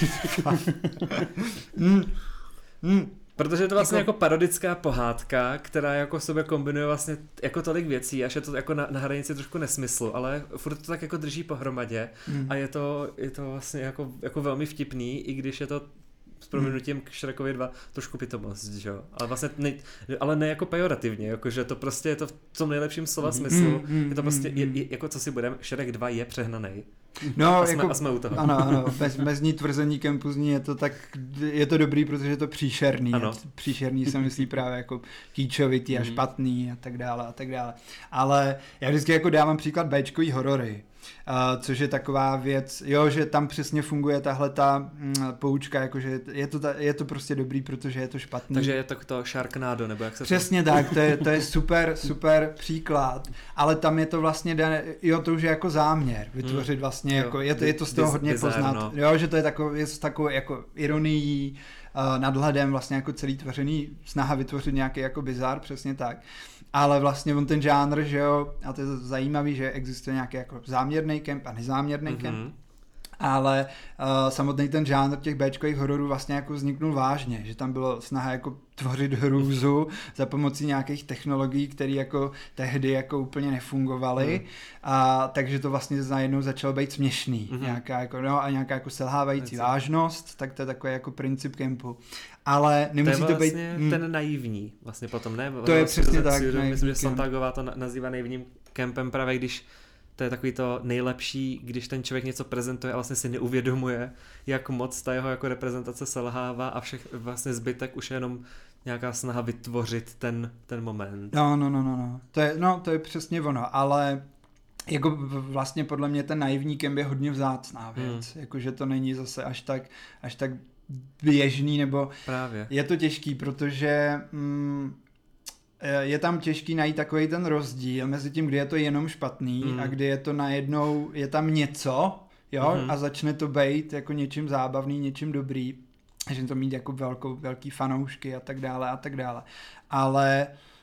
mm. Mm. Protože je to vlastně jako... jako parodická pohádka, která jako sobě kombinuje vlastně jako tolik věcí, až je to jako na, na hranici trošku nesmyslu, ale furt to tak jako drží pohromadě mm. a je to, je to vlastně jako, jako velmi vtipný, i když je to s prominutím k Shrekovi dva trošku pitomost, že jo? Ale vlastně ne, ale ne jako pejorativně, jakože to prostě je to v tom nejlepším slova smyslu, je to prostě, je, je, jako co si budeme, Shrek dva je přehnanej. No, a, jsme, jako, a jsme u toho. Ano, ano, bez, bez ní tvrzení kempuzní je to tak, je to dobrý, protože je to příšerný. Ano. Příšerný se myslí právě jako kýčovitý mm. a špatný a tak dále a tak dále. Ale já vždycky jako dávám příklad béčkový horory. Uh, což je taková věc, jo, že tam přesně funguje tahle ta mm, poučka, jakože je to, ta, je to prostě dobrý, protože je to špatný. Takže je to to Sharknado, nebo jak se přesně to... tak, to je, to je super, super příklad, ale tam je to vlastně, jo, to už je jako záměr vytvořit vlastně, mm, jako, je, to, je to z toho hodně poznat, no. Jo, že to je takový, je s takovou jako ironií, uh, nadhledem vlastně jako celý tvořený, snaha vytvořit nějaký jako bizár, přesně tak. Ale vlastně on ten žánr, že jo, a to je zajímavý, že existuje nějaký jako záměrný kemp a nezáměrný mm-hmm. kemp, ale uh, samotný ten žánr těch béčkových hororů vlastně jako vzniknul vážně, že tam bylo snaha jako tvořit hrůzu za pomocí nějakých technologií, které jako tehdy jako úplně nefungovaly, mm. a takže to vlastně najednou začalo být směšný, mm-hmm. nějaká jako, no, a nějaká jako selhávající Věci. vážnost, tak to je takový jako princip kempu. Ale nemusí to, je vlastně to být... ten naivní, vlastně potom, ne? To je přesně tak. Myslím, že Santagová to nazývá naivním kempem právě, když to je takový to nejlepší, když ten člověk něco prezentuje a vlastně si neuvědomuje, jak moc ta jeho jako reprezentace selhává a všech vlastně zbytek už je jenom nějaká snaha vytvořit ten, ten moment. No, no, no, no, no. To je, no, to je přesně ono, ale jako vlastně podle mě ten naivní kemp je hodně vzácná věc, hmm. jakože to není zase až tak, až tak běžný, nebo právě. Je to těžký, protože mm, je tam těžký najít takový ten rozdíl mezi tím, kdy je to jenom špatný hmm. a kdy je to najednou, je tam něco, jo, hmm. a začne to být jako něčím zábavný, něčím dobrý, že to mít jako velkou, velký fanoušky a tak dále a tak dále. Ale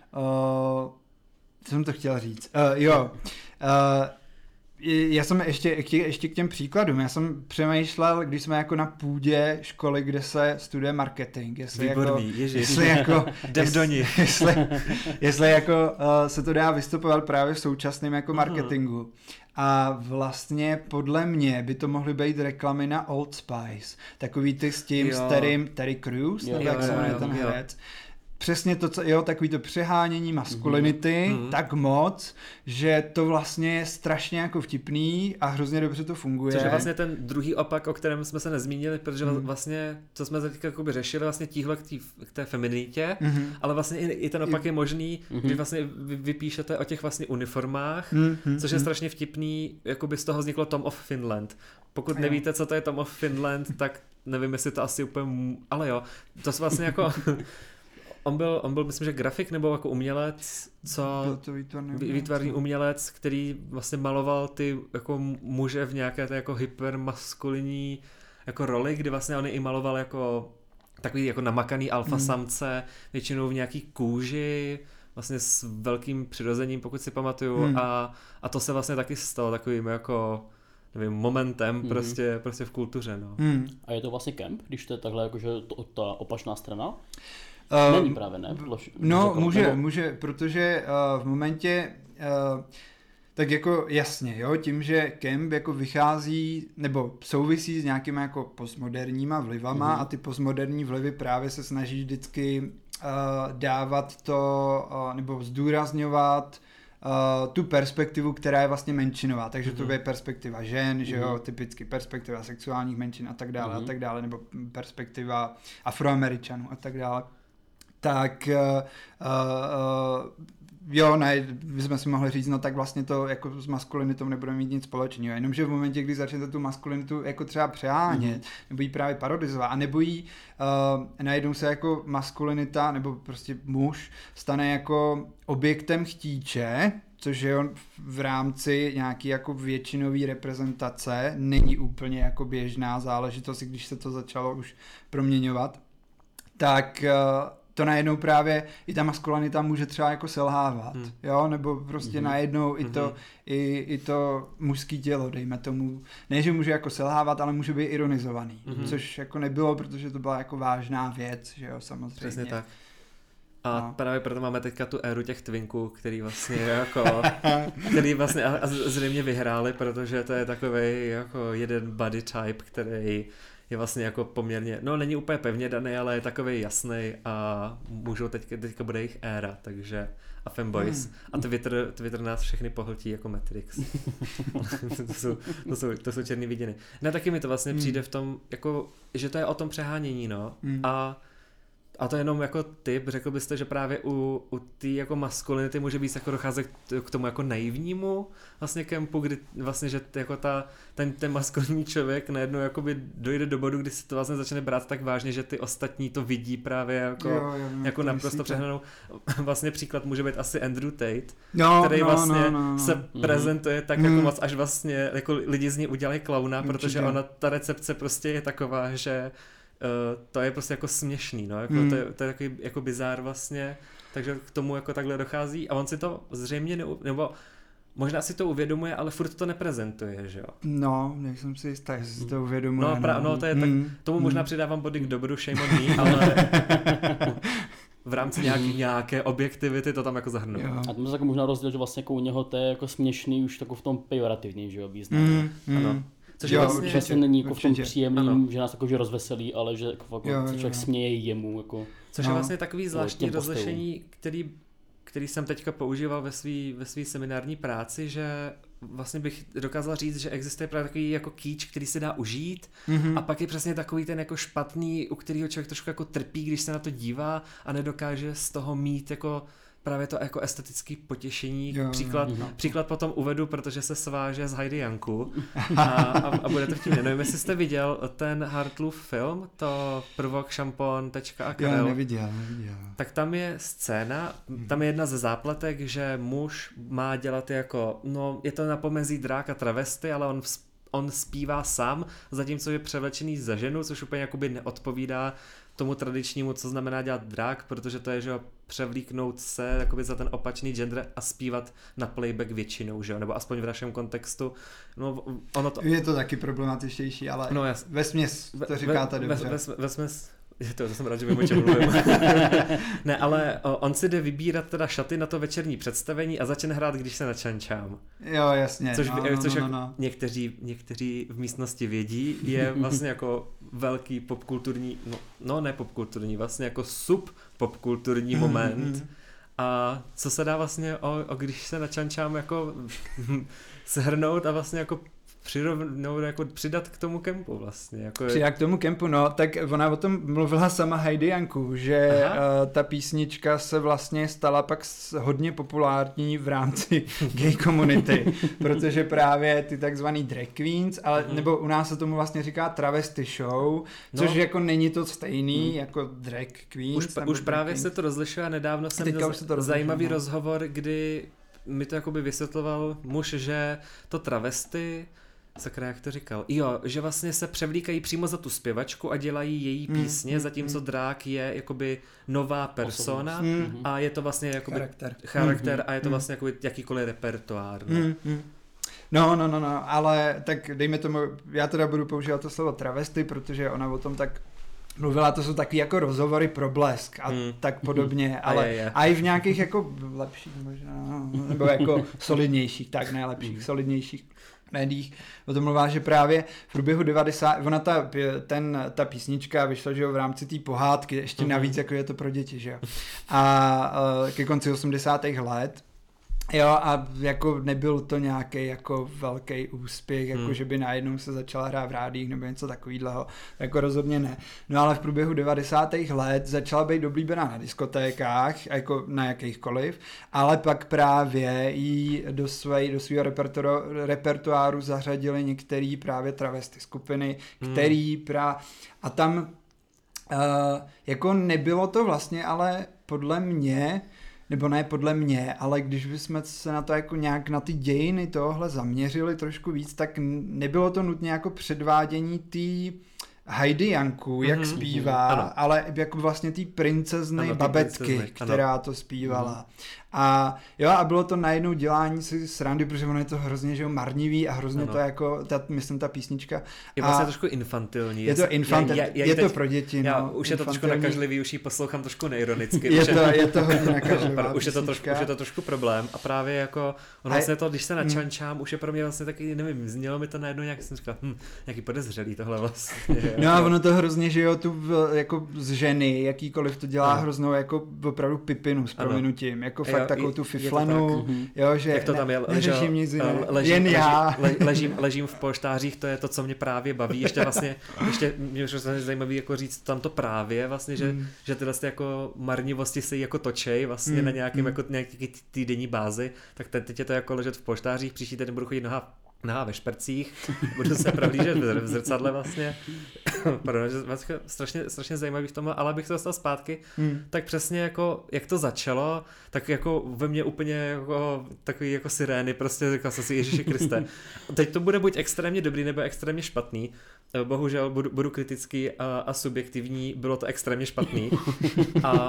uh, co jsem to chtěl říct? Uh, jo, uh, já jsem ještě, ještě, ještě k těm příkladům, já jsem přemýšlel, když jsme jako na půdě školy, kde se studuje marketing, jestli Výborný, jako, ježiš. jestli jako, Jdem do ní. jestli, jestli jako uh, se to dá vystupovat právě v současném jako marketingu. Uh-huh. A vlastně podle mě by to mohly být reklamy na Old Spice, takový ty s tím jo. starým Terry Crews, nebo jak se jmenuje ten herec. Přesně to, co, jo, takový to přehánění maskulinity, mm-hmm. tak moc, že to vlastně je strašně jako vtipný a hrozně dobře to funguje. Což je vlastně ten druhý opak, o kterém jsme se nezmínili, protože mm. vlastně, co jsme teď řešili, vlastně tíhle k, tý, k té feminitě, mm-hmm. ale vlastně i, i ten opak je možný, mm-hmm. když vlastně vy, vypíšete o těch vlastně uniformách, mm-hmm. což je strašně vtipný, jakoby z toho vzniklo Tom of Finland. Pokud nevíte, co to je Tom of Finland, tak nevím, jestli to asi úplně, ale jo, to je vlastně jako... On byl, on byl, myslím, že grafik nebo jako umělec, co výtvarný umělec, který vlastně maloval ty jako muže v nějaké té jako hypermaskulinní jako roli, kdy vlastně on i maloval jako takový jako namakaný alfa samce, mm. většinou v nějaký kůži, vlastně s velkým přirozením, pokud si pamatuju, mm. a, a to se vlastně taky stalo takovým jako nevím, momentem mm. prostě, prostě v kultuře. No. Mm. A je to vlastně kemp, když to je takhle jakože to, ta opačná strana? Uh, Není právě, ne? Lož, no, řekl, může, nebo... může, protože uh, v momentě, uh, tak jako jasně, jo, tím, že kemp jako vychází, nebo souvisí s nějakými jako postmoderníma vlivama mm-hmm. a ty postmoderní vlivy právě se snaží vždycky uh, dávat to, uh, nebo zdůrazňovat Uh, tu perspektivu, která je vlastně menšinová, takže mm-hmm. to je perspektiva žen, mm-hmm. že jo, typicky perspektiva sexuálních menšin a tak dále mm-hmm. a tak dále, nebo perspektiva Afroameričanů a tak dále. Tak uh, uh, jo, ne, bychom si mohli říct, no tak vlastně to jako s maskulinitou nebudeme mít nic společného, jenomže v momentě, kdy začnete tu maskulinitu jako třeba přehánět, mm-hmm. nebo jí právě parodizovat, a nebo jí uh, najednou se jako maskulinita, nebo prostě muž stane jako objektem chtíče, což je on v rámci nějaký jako většinový reprezentace, není úplně jako běžná záležitost, když se to začalo už proměňovat, tak uh, to najednou právě i ta maskulinita může třeba jako selhávat, hmm. jo, nebo prostě mm-hmm. najednou i to, mm-hmm. i, i to mužský tělo, dejme tomu, ne, že může jako selhávat, ale může být ironizovaný, mm-hmm. což jako nebylo, protože to byla jako vážná věc, že jo, samozřejmě. Přesně tak. A no. právě proto máme teďka tu éru těch twinků, který vlastně jako, který vlastně a, a zřejmě vyhráli, protože to je takovej jako jeden body type, který je vlastně jako poměrně, no není úplně pevně daný, ale je takovej jasný a můžou teďka, teďka bude jejich éra, takže a fanboys. Hmm. A Twitter, Twitter nás všechny pohltí jako Matrix. to, jsou, to, jsou, to jsou černý viděny. No taky mi to vlastně hmm. přijde v tom, jako, že to je o tom přehánění, no. Hmm. A A to jenom jako tip, řekl byste, že právě u, u té jako maskulinity může být jako docházet k tomu jako naivnímu vlastně kempu, kdy vlastně, že jako ta, ten, ten maskulinní člověk najednou jakoby dojde do bodu, kdy se to vlastně začne brát tak vážně, že ty ostatní to vidí právě jako, jo, jo, jako naprosto přehnanou. Vlastně příklad může být asi Andrew Tate, no, který no, vlastně no, no, no. se mm. prezentuje tak mm. jako moc, až vlastně jako lidi z něj udělají klauna, Určitě. Protože ona, ta recepce prostě je taková, že Uh, to je prostě jako směšný, no, jako hmm. to, je, to je takový jako bizár vlastně, takže k tomu jako takhle dochází a on si to zřejmě, ne, nebo možná si to uvědomuje, ale furt to neprezentuje, že jo? No, nejsem si jistý, jestli si to uvědomuje. No, pra, no to je hmm. tak, tomu možná přidávám body k dobru, shame on me, ale v rámci nějaký, nějaké objektivity to tam jako zahrnu. Jo. A to je jako možná rozdíl, že vlastně jako u něho to je jako směšný už jako v tom pejorativním, že jo, významu. Hmm. Hmm. Ano. Což jo, vlastně, vlastně není jako v tom příjemným, že nás jako že rozveselí, ale že jako, jako jo, člověk jo. směje jemu. Jako, Což no. je vlastně takový zvláštní rozlišení, který, který jsem teďka používal ve svý, ve svý seminární práci, že vlastně bych dokázal říct, že existuje právě takový jako kýč, který se dá užít mm-hmm. a pak je přesně takový ten jako špatný, u kterého člověk trošku jako trpí, když se na to dívá a nedokáže z toho mít jako právě to jako estetický potěšení. Jo, příklad, jo. příklad potom uvedu, protože se sváže z Heidi Janku a, a, a bude to vtipně. Nevím, jestli jste viděl ten Hartlův film, to Prvok, šampon, tečka a Karel. Já neviděl, neviděl. Tak tam je scéna, tam je jedna ze zápletek, že muž má dělat jako, no je to na pomezí drák a travesty, ale on on zpívá sám, zatímco je převlečený za ženu, což úplně jakoby neodpovídá tomu tradičnímu, co znamená dělat drag, protože to je, že převlíknout se jakoby za ten opačný gender a zpívat na playback většinou, že jo, nebo aspoň v našem kontextu. No, ono to... Je to taky problematičtější, ale no, vesměs to říkáte ve, dobře. Ves, vesměs, je to, to jsem rád, že vím, o čem mluvím. Ne, ale on si jde vybírat teda šaty na to večerní představení a začne hrát, když se načančám. Jo, jasně. Což, no, no, což no, no, no. Někteří, někteří v místnosti vědí, je vlastně jako velký popkulturní, no, no ne popkulturní, vlastně jako subpopkulturní moment. A co se dá vlastně, o, o když se načančám jako shrnout a vlastně jako přirovnou, jako přidat k tomu kempu vlastně. Jako... Přidat k tomu kempu, no, tak ona o tom mluvila sama Heidi Janku, že uh, ta písnička se vlastně stala pak hodně populární v rámci gay komunity, protože právě ty takzvaný drag queens, ale mm. nebo u nás se tomu vlastně říká travesty show, což no. jako není to stejný mm. jako drag queens. Už, už právě queens. Se to rozlišuje a nedávno jsem měl zajímavý no. rozhovor, kdy mi to jakoby vysvětloval muž, že to travesty, sakra, jak to říkal, jo, že vlastně se převlíkají přímo za tu zpěvačku a dělají její písně, mm, zatímco mm. drák je jakoby nová persona mm, a je to vlastně jakoby charakter, charakter mm, a je to vlastně jakoby jakýkoliv repertoár. No. Mm, mm. No, no, no, no, ale tak dejme tomu, já teda budu používat to slovo travesty, protože ona o tom tak mluvila, to jsou takový jako rozhovory pro Blesk a mm. tak podobně, ale a, je, je. a i v nějakých jako lepších možná, nebo jako solidnějších, tak ne lepších, mm. solidnějších médiích. O tom mluvá, že právě v průběhu devadesátých ona ta, ten, ta písnička vyšla, že jo, v rámci té pohádky, ještě mm. navíc, jako je to pro děti, že jo. A uh, ke konci osmdesátých let jo, a jako nebyl to nějaký jako velký úspěch, jako hmm. že by najednou se začala hrát v rádiích nebo něco takového, jako rozhodně ne. No ale v průběhu devadesátých let začala být oblíbená na diskotékách, jako na jakýchkoliv, ale pak právě jí do, své, do svého repertoáru zařadili některé právě travesty skupiny, hmm. který právě, a tam uh, jako nebylo to vlastně, ale podle mě nebo ne podle mě, ale když bychom se na to jako nějak na ty dějiny tohle zaměřili trošku víc, tak nebylo to nutně jako předvádění té Heidi Janku, jak mm-hmm, zpívá, ano. ale jako vlastně té princezny babetky, princezny, která ano. to zpívala. Mm. A jo, a bylo to najednou dělání si srandy, protože ono je to hrozně, že jo, marnivý a hrozně ano. to jako, ta, myslím, ta písnička. Je vlastně a trošku infantilní. Je to infantilní, je, je, je to pro děti, já, no. Už je to trošku nakažlivý, už ji poslouchám trošku neironicky. je, to, je to hodně nakažlivá už, je to trošku, už je to trošku problém a právě jako, ono vlastně to, když se načančám, už je pro mě vlastně taky, nevím, znělo mi to najednou nějak, jsem říkal, hm, nějaký podezřelý tohle vlastně. No a ono to hrozně, že jo, tu jako z ženy, jakýkoliv to dělá ano. hroznou jako opravdu pipinu s prominutím, jako fakt jo, takovou tu fiflanu, jo, že jak to tam je, ne, neřeším nic jiného, ležím, jen já. Ležím, ležím, ležím v polštářích, to je to, co mě právě baví, ještě vlastně, ještě mě už zajímavý jako říct tam to právě vlastně, že, mm. že tyhle jako marnivosti se jako točej vlastně mm. na nějakém mm. jako nějaký týdenní bázi, tak teď je to jako ležet v polštářích, příští týden budu chodit noha Nah, ve špercích, budu se prohlížet v zrcadle vlastně. Pardon, že strašně, strašně zajímavý v tom, ale abych se dostal zpátky, hmm. tak přesně jako, jak to začalo, tak jako ve mně úplně jako takový jako sirény, prostě říkal jsem si, Ježíši Kriste. Teď to bude buď extrémně dobrý, nebo extrémně špatný. Bohužel budu, budu kritický a, a subjektivní, bylo to extrémně špatný. A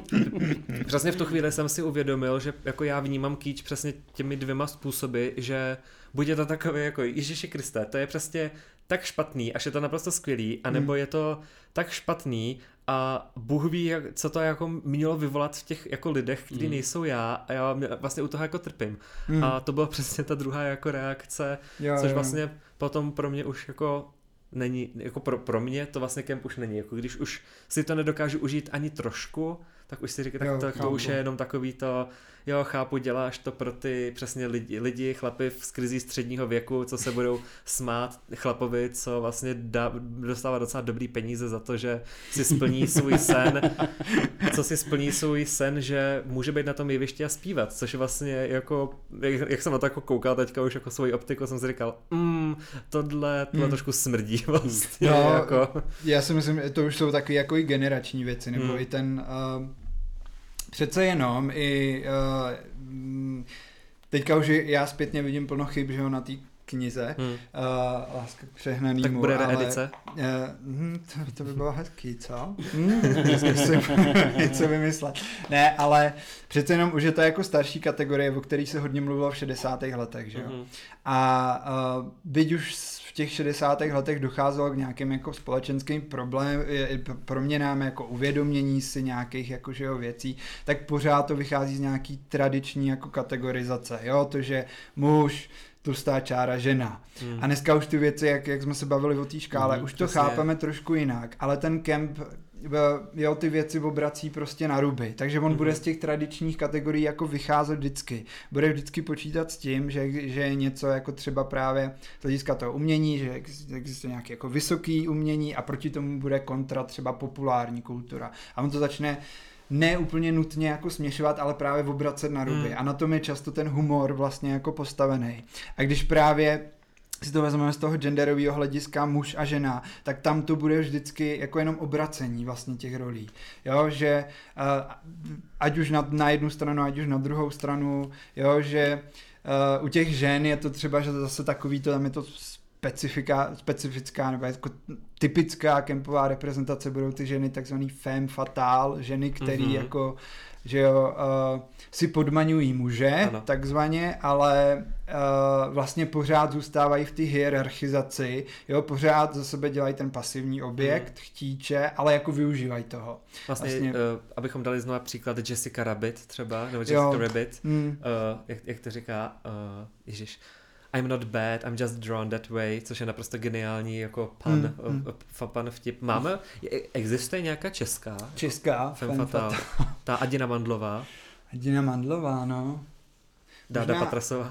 přesně v tu chvíli jsem si uvědomil, že jako já vnímám kýč přesně těmi dvěma způsoby, že buď je to takové jako Ježíši Kriste, to je přesně tak špatný, až je to naprosto skvělý, anebo hmm. je to tak špatný a Bůh ví, jak, co to jako mělo vyvolat v těch jako lidech, kteří hmm. nejsou já a já vlastně u toho jako trpím. Hmm. A to byla přesně ta druhá jako reakce, jo, což jo. vlastně potom pro mě už jako není, jako pro, pro mě to vlastně kemp už není, jako když už si to nedokážu užít ani trošku, tak už si říká, tak to, to už je jenom takový to, jo, chápu, děláš to pro ty přesně lidi, lidi chlapi v skrizí středního věku, co se budou smát chlapovi, co vlastně dá, dostává docela dobrý peníze za to, že si splní svůj sen, co si splní svůj sen, že může být na tom jevišti a zpívat, což je vlastně jako, jak, jak jsem na to jako koukal teďka už jako svoji optiku, jsem si říkal, mm, tohle, tohle mm. trošku smrdí vlastně. No, jako. Já si myslím, že to už jsou takové jako i generační věci, nebo mm. i ten... Uh, přece jenom i uh, teďka už já zpětně vidím plno chyb, že jo, na té knize hmm. uh, Láska k přehnanýmu. Tak bude reedice? Uh, hm, to, to by bylo hezký, co? Hm, zkusím něco vymyslet. Ne, ale přece jenom už je to jako starší kategorie, o který se hodně mluvilo v šedesátých letech, že jo. Hmm. A uh, byť už v těch šedesátých letech docházelo k nějakým jako společenským problém, proměnám, jako uvědomění si nějakých jako, že jo, věcí, tak pořád to vychází z nějaký tradiční jako kategorizace, jo, to, že muž, tlustá čára, žena. Hmm. A dneska už ty věci, jak, jak jsme se bavili o té škále, hmm, už to chápeme trošku jinak, ale ten Kemp, jo, ty věci obrací prostě na ruby, takže on hmm. bude z těch tradičních kategorií jako vycházet vždycky. Bude vždycky počítat s tím, že, že je něco jako třeba právě z hlediska toho umění, že existuje nějaké jako vysoký umění a proti tomu bude kontra třeba populární kultura. A on to začne ne úplně nutně jako směšovat, ale právě obracet na ruby. Hmm. A na tom je často ten humor vlastně jako postavený. A když právě si to vezmeme z toho genderového hlediska muž a žena, tak tam to bude vždycky jako jenom obracení vlastně těch rolí. Jo, že uh, ať už na, na jednu stranu, ať už na druhou stranu, jo, že uh, u těch žen je to třeba, že to zase takový to, tam je to specifika, specifická nebo jako typická kempová reprezentace, budou ty ženy takzvaný femme fatale, ženy, který mm-hmm. jako, že jo, uh, si podmaňují muže, ano. takzvaně, ale uh, vlastně pořád zůstávají v té hierarchizaci, jo, pořád za sebe dělají ten pasivní objekt, mm. chtíče, ale jako využívají toho. Vlastně, vlastně uh, abychom dali znovu příklad Jessica Rabbit třeba, nebo Jessica jo. Rabbit, mm. uh, jak, jak to říká, uh, ježiš, I'm not bad, I'm just drawn that way, což je naprosto geniální jako pan, mm, mm. pan vtip. Máme, existuje nějaká česká? Česká? Femme fatale. Ta Adina Mandlová. Adina Mandlová, no. Dáda Možná... Patrasová.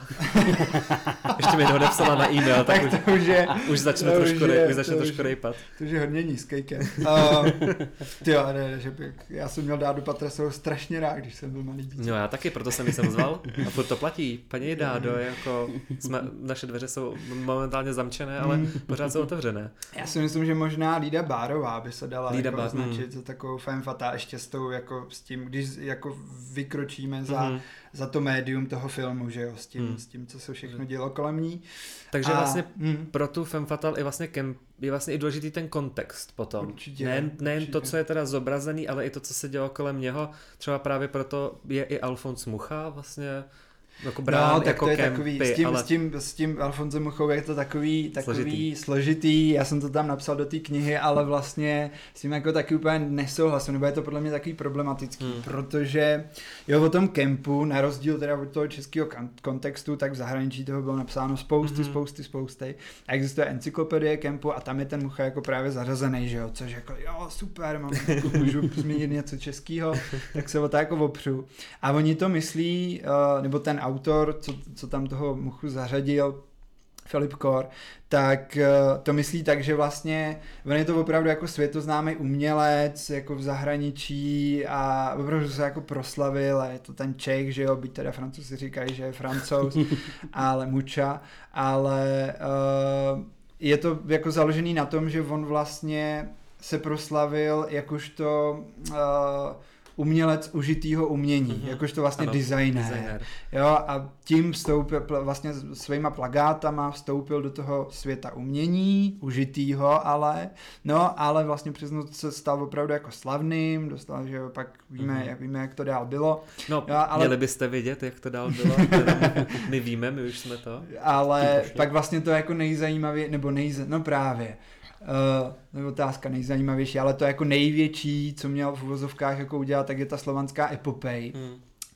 Ještě mi odepsala na e-mail, tak, tak to už, je, už začne to trošku, už je, už začne to trošku rejpat. To už je hodně nízký kem. Uh, tyjo, ne, že bych, já jsem měl Dádu Patrasovou strašně rád, když jsem byl malý dítě. No já taky, proto jsem ji sem zval. A furt to platí. Paní Dádo, jako jsme, naše dveře jsou momentálně zamčené, ale pořád jsou otevřené. Já si myslím, že možná Lída Bárová by se dala jako Bár, označit mm. za takovou femme fatale, ještě s tou, jako s tím, když jako vykročíme za, mm. za to médium toho filmu, že jo, s tím, hmm. s tím, co se všechno dělo kolem ní. Takže a, vlastně hmm. pro tu femme fatale je vlastně, kem, je vlastně i důležitý ten kontext potom. Určitě, nejen, nejen určitě. to, co je teda zobrazený, ale i to, co se dělo kolem něho. Třeba právě proto je i Alfons Mucha vlastně jako brán, no, tak jako to je kempy, takový, s tím, ale... s tím, s tím Alfonsem Muchou je to takový, takový složitý. složitý, já jsem to tam napsal do té knihy, ale vlastně s tím jako taky úplně nesouhlasím, nebo je to podle mě takový problematický, hmm. protože jo, o tom kempu, na rozdíl teda od toho českého kontextu, tak v zahraničí toho bylo napsáno spousty, hmm. spousty, spousty a existuje encyklopedie kempu a tam je ten Mucha jako právě zařazený, že jo, což jako jo, super, mám, jako můžu zmínit něco českého, tak se o to jako opřu. A oni to myslí, uh, nebo ten autor, co, co tam toho Muchu zařadil, Philip Kor, tak to myslí tak, že vlastně on je to opravdu jako světoznámý umělec, jako v zahraničí a opravdu se jako proslavil a je to ten Čech, že jo, byť teda Francouzi říkají, že je Francouz, ale Mucha, ale uh, je to jako založený na tom, že on vlastně se proslavil jakožto uh, umělec užitýho umění, mm-hmm. jakožto vlastně ano, designer. designer. Jo, a tím vstoupil, vlastně svýma plagátama vstoupil do toho světa umění, užitýho ale, no, ale vlastně přes noc se stal opravdu jako slavným, dostal, že jo, pak víme, mm-hmm. jak, víme, jak to dál bylo. No, jo, ale... měli byste vědět, jak to dál bylo, my víme, my už jsme to. Ale pak vlastně to jako nejzajímavější, nebo nejz... no právě, Uh, nebo otázka nejzajímavější, ale to jako největší, co měl v uvozovkách jako udělat, tak je ta slovanská epopej, hmm.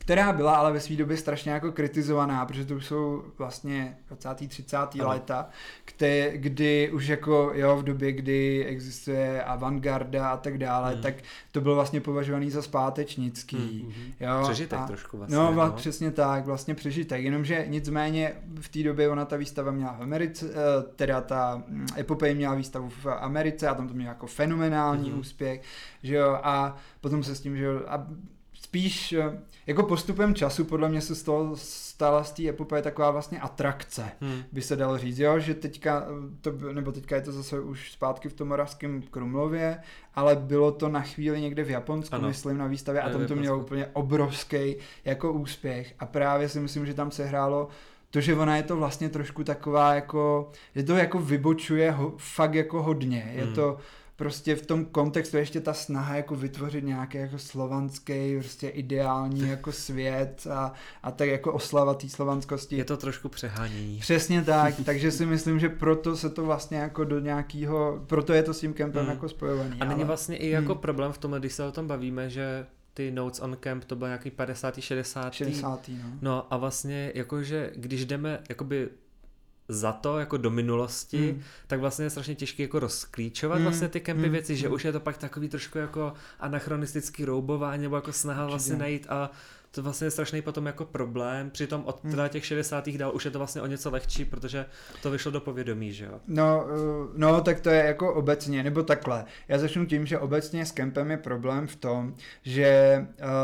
která byla ale ve své době strašně jako kritizovaná, protože to už jsou vlastně dvacátá třicátá léta, kde, kdy už jako jo, v době, kdy existuje avantgarda a tak dále, mm. tak to bylo vlastně považovaný za zpátečnický. Mm. Jo, přežitek a, trošku vlastně. No, no, přesně tak, vlastně přežitek, jenomže nicméně v té době ona ta výstava měla v Americe, teda ta epopej měla výstavu v Americe a tam to mělo jako fenomenální mm. úspěch, že jo, a potom se s tím, že jo, a spíš jako postupem času podle mě se z toho stala z té epopeje taková vlastně atrakce, hmm. by se dalo říct, jo, že teďka, to, nebo teďka je to zase už zpátky v tom Moravském Krumlově, ale bylo to na chvíli někde v Japonsku, ano. myslím, na výstavě a tam to mělo úplně obrovský jako úspěch a právě si myslím, že tam se hrálo to, že ona je to vlastně trošku taková jako, že to jako vybočuje ho, fakt jako hodně, je hmm. to prostě v tom kontextu ještě ta snaha jako vytvořit nějaký jako slovanský prostě ideální jako svět a, a tak jako oslava té slovanskosti. Je to trošku přehánění. Přesně tak, takže si myslím, že proto se to vlastně jako do nějakého, proto je to s tím kempem hmm. jako spojovaný. A není ale... vlastně i jako hmm. problém v tom, když se o tom bavíme, že ty Notes on Camp to bylo nějaký padesátý šedesátý šedesátý no. No a vlastně jakože když jdeme jakoby za to, jako do minulosti, mm. tak vlastně je strašně těžké jako rozklíčovat mm. vlastně ty kempy mm. věci, že mm. už je to pak takový trošku jako anachronistický roubování, nebo jako snaha Určitě. vlastně najít a to vlastně je strašný potom jako problém, přitom od mm. teda těch šedesátých dál už je to vlastně o něco lehčí, protože to vyšlo do povědomí, že jo? No, no, tak to je jako obecně, nebo takhle. Já začnu tím, že obecně s kempem je problém v tom, že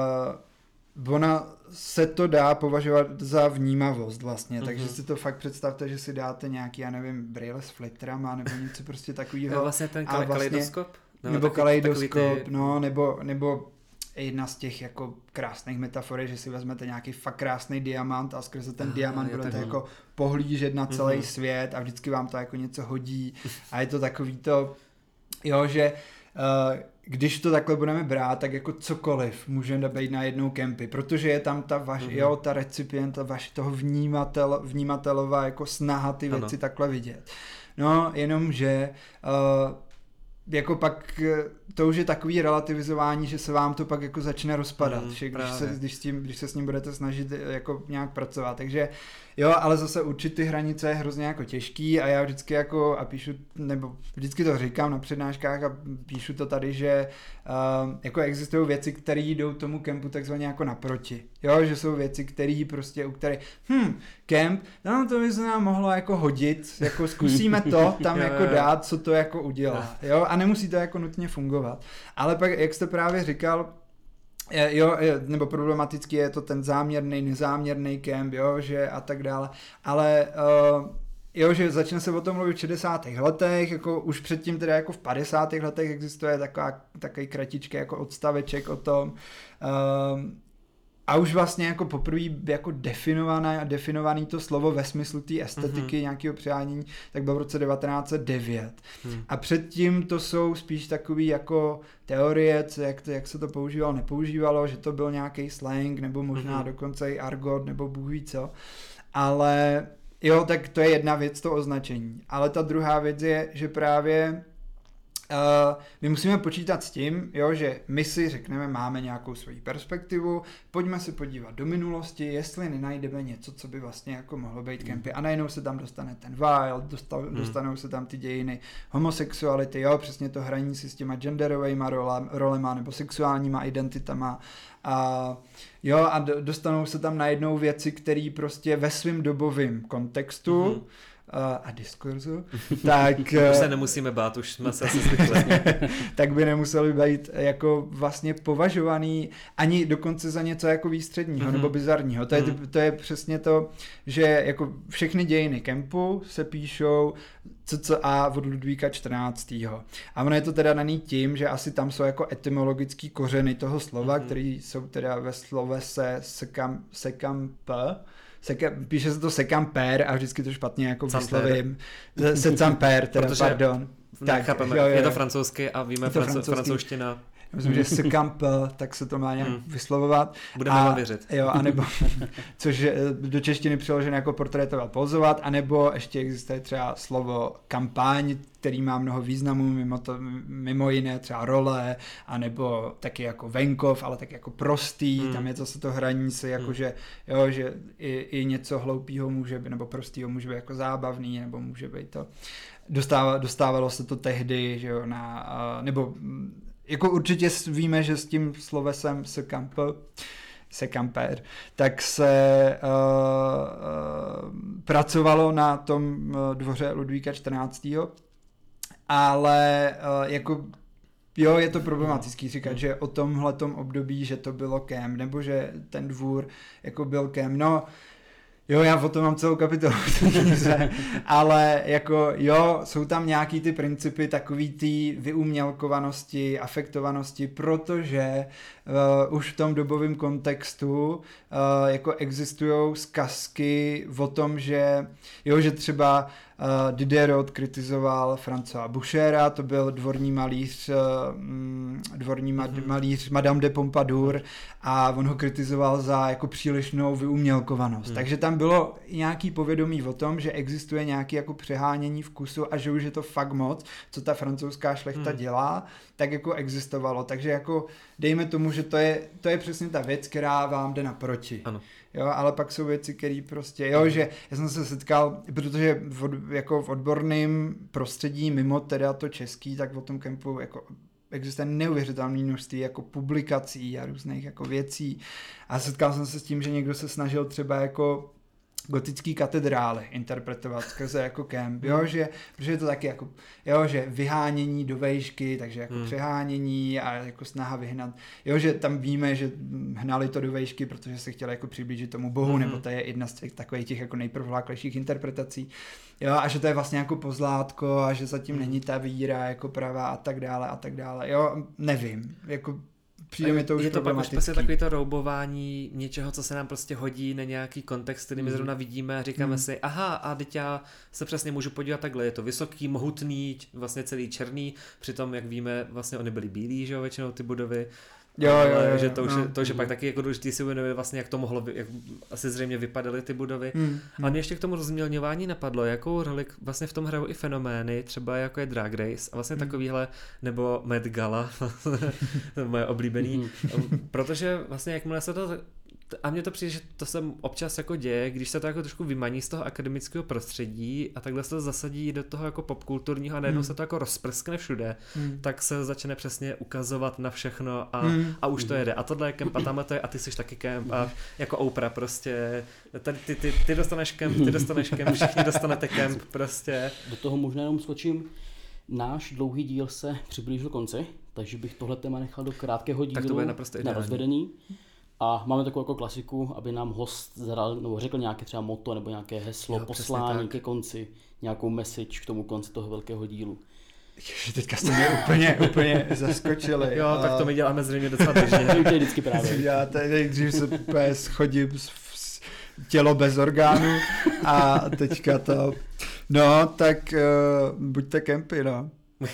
uh, ona se to dá považovat za vnímavost vlastně, mm-hmm. takže si to fakt představte, že si dáte nějaký, já nevím, brýle s flitrama nebo něco prostě takového. Vlastně ten kale- vlastně, kaleidoskop? No, nebo takový, kaleidoskop, ty... no, nebo, nebo jedna z těch jako krásných metafor je, že si vezmete nějaký fakt krásný diamant a skrze ten Aha, diamant budete jako pohlížet na celý mm-hmm. svět a vždycky vám to jako něco hodí a je to takový to, jo, že uh, když to takhle budeme brát, tak jako cokoliv může být na jednou kempy, protože je tam ta vaš, mm-hmm. jo, ta recipienta, vaš toho vnímatel, vnímatelová jako snaha ty věci ano. takhle vidět. No, jenomže uh, jako pak to už je takový relativizování, že se vám to pak jako začne rozpadat, mm, že když se, když, s tím, když se s ním budete snažit jako nějak pracovat, takže jo, ale zase určit ty hranice je hrozně jako těžký a já vždycky jako a píšu, nebo vždycky to říkám na přednáškách a píšu to tady, že uh, jako existují věci, které jdou tomu kempu takzvaně jako naproti, jo, že jsou věci, které prostě, u kterých, hm, kemp, no to by se nám mohlo jako hodit, jako zkusíme to tam jako dát, co to jako udělá, jo, a nemusí to jako nutně fungovat, ale pak, jak jste právě říkal, jo, nebo problematický je to ten záměrný, nezáměrný kemp, jo, že a tak dále, ale uh, jo, že začne se o tom mluvit v šedesátých letech, jako už předtím teda jako v padesátých letech existuje taková, takový kratičký jako odstaveček o tom, uh, a už vlastně jako poprvé jako definované, definovaný to slovo ve smyslu té estetiky mm-hmm. nějakého přánění, tak bylo v roce devatenáct set devět. Mm. A předtím to jsou spíš takový jako teorie, co, jak, to, jak se to používalo, nepoužívalo, že to byl nějaký slang, nebo možná mm-hmm. dokonce i argot, nebo bůh ví co. Ale jo, tak to je jedna věc, to označení. Ale ta druhá věc je, že právě Uh, my musíme počítat s tím, jo, že my si řekneme, máme nějakou svoji perspektivu, pojďme se podívat do minulosti, jestli nenajdeme něco, co by vlastně jako mohlo být kempy a najednou se tam dostane ten wild, dosta, hmm. dostanou se tam ty dějiny homosexuality, jo, přesně to hraní si s těma genderovejma rola, rolema nebo sexuálníma identitama a jo, a dostanou se tam najednou věci, které prostě ve svém dobovém kontextu hmm. a diskurzu, tak... Už se nemusíme bát, už jsme se asi zvykli. Tak by nemuseli být jako vlastně považovaný ani dokonce za něco jako výstředního mm-hmm. nebo bizarního. To je, mm. to je přesně to, že jako všechny dějiny kempu se píšou cca od Ludvíka čtrnáctého. A ono je to teda daný tím, že asi tam jsou jako etymologický kořeny toho slova, mm-hmm. který jsou teda ve slovese sekam, sekamp, Seka, píše se to sekamper a vždycky to špatně jako vyslovím. Secamper, teda, protože pardon. Tak, chápeme, jo, jo, je to francouzsky a víme, to francouzština. myslím, že Sekamp, tak se to má nějak hmm. vyslovovat. Budeme vám věřit. Jo, anebo, což je do češtiny přeložené jako portrétovat, pozovat, anebo ještě existuje třeba slovo kampaň, který má mnoho významů, mimo, to, mimo jiné třeba role, anebo taky jako venkov, ale taky jako prostý, hmm. tam je zase to hraní se, jako hmm. že, jo, že i, i něco hloupýho může být, nebo prostýho může být jako zábavný, nebo může být to. Dostávalo, dostávalo se to tehdy, že jo, na, nebo jako určitě víme, že s tím slovesem se kamp, se kamper, tak se uh, uh, pracovalo na tom dvoře Ludvíka čtrnáctého ale uh, jako jo, je to problematický říkat, že o tomhletom období, že to bylo kem, nebo že ten dvůr jako byl kem, no jo, já o tom mám celou kapitolu, ale jako jo, jsou tam nějaký ty principy takový ty vyumělkovanosti, afektovanosti, protože uh, už v tom dobovém kontextu uh, jako existují zkazky o tom, že jo, že třeba uh, Diderot kritizoval Francoise Bouchera, to byl dvorní malíř, uh, dvorní mm-hmm. malíř Madame de Pompadour a on ho kritizoval za jako přílišnou vyumělkovanost. Mm. Takže tam bylo nějaký povědomí o tom, že existuje nějaké jako přehánění vkusu a že už je to fakt moc, co ta francouzská šlechta mm. dělá, tak jako existovalo. Takže jako dejme tomu, že to je, to je přesně ta věc, která vám jde naproti. Ano. Jo, ale pak jsou věci, které prostě, jo, že já jsem se setkal, protože v, od, jako v odborném prostředí, mimo teda to český, tak o tom kempu jako existuje neuvěřitelné množství jako publikací a různých jako věcí a setkal jsem se s tím, že někdo se snažil třeba jako gotický katedrály interpretovat skrze jako kemp, jo, že, protože je to taky jako, jo, že vyhánění do vejšky, takže jako hmm. přehánění a jako snaha vyhnat, jo, že tam víme, že hnali to do vejšky, protože se chtěli jako přiblížit tomu bohu, hmm. nebo to je jedna z těch takových těch jako nejprovláklejších interpretací, jo, a že to je vlastně jako pozlátko a že zatím hmm. není ta víra jako pravá a tak dále a tak dále, jo, nevím, jako přijde mi to už je to pak už prostě takový to roubování něčeho, co se nám prostě hodí na nějaký kontext, který my mm. zrovna vidíme a říkáme mm. si, aha, a teď já se přesně můžu podívat takhle, je to vysoký, mohutný, vlastně celý černý, přitom, jak víme, vlastně oni byli bílí, že jo, většinou ty budovy. Jo, jo, jo, že to už, no, je, to už je pak taky jako důležitý si uvědomit vlastně, jak to mohlo, jak asi zřejmě vypadaly ty budovy. Hmm, Ale mě ještě k tomu rozmělňování napadlo, jakou roli vlastně v tom hrajou i fenomény, třeba jako je Drag Race a vlastně hmm. takovýhle, nebo Met Gala, moje oblíbený, protože vlastně jakmile se to, a mně to přijde, že to se občas jako děje, když se to jako trošku vymaní z toho akademického prostředí a takhle se to zasadí do toho jako popkulturního a najednou hmm. se to jako rozprskne všude, hmm. tak se začne přesně ukazovat na všechno a, hmm. a už to jede. A tohle je kemp a tamhle to je a ty jsi taky kemp a jako Oprah prostě, tady ty, ty, ty dostaneš kemp, ty dostaneš kemp, všichni dostanete kemp prostě. Do toho možná jenom skočím. Náš dlouhý díl se přiblížil konci, takže bych tohle téma nechal do krátkého dílu tak to bude naprosto na rozvedení. A máme takovou jako klasiku, aby nám host zadal, nebo řekl nějaké třeba motto nebo nějaké heslo, jo, poslání ke konci, nějakou message k tomu konci toho velkého dílu. Ježi, teďka jste mě úplně, úplně zaskočili. Jo, a... tak to my děláme zřejmě docela běžně. To je vždycky právě. Já tady dřív se úplně schodím z tělo bez orgánů a teďka to... No, tak uh, buďte kempy, no.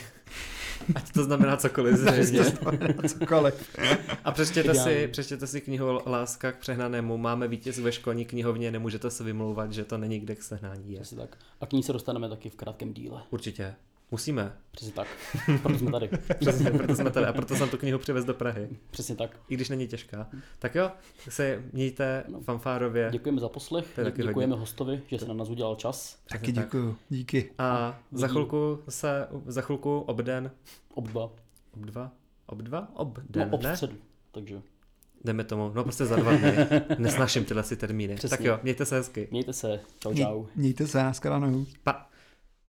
Ať to znamená cokoliv zřejmě. cokoliv. A přečtěte si, přečtěte si knihu Láska k přehnanému. Máme vítěz ve školní knihovně, nemůžete se vymlouvat, že to není kde k sehnání je. Tak. A k ní se dostaneme taky v krátkém díle. Určitě. Musíme. Přesně tak. Proto jsme tady. Přesně, proto jsme tady. A proto jsem tu knihu přivez do Prahy. Přesně tak. I když není těžká. Tak jo, se mějte no. fanfárově. Děkujeme za poslech. Děkujeme hodně. hostovi, že se na nás udělal čas. Taky děkuju. Díky. A za chvilku se, za chvilku obden. Obdva. Obdva? Obdva? Obden, no, ob středu, takže. Jdeme tomu, no prostě za dva dny. Nesnáším tyhle si termíny. Přesně. Tak jo, mějte se hezky. Mějte se. Čau, čau. Mějte se, nashledanou. Pa.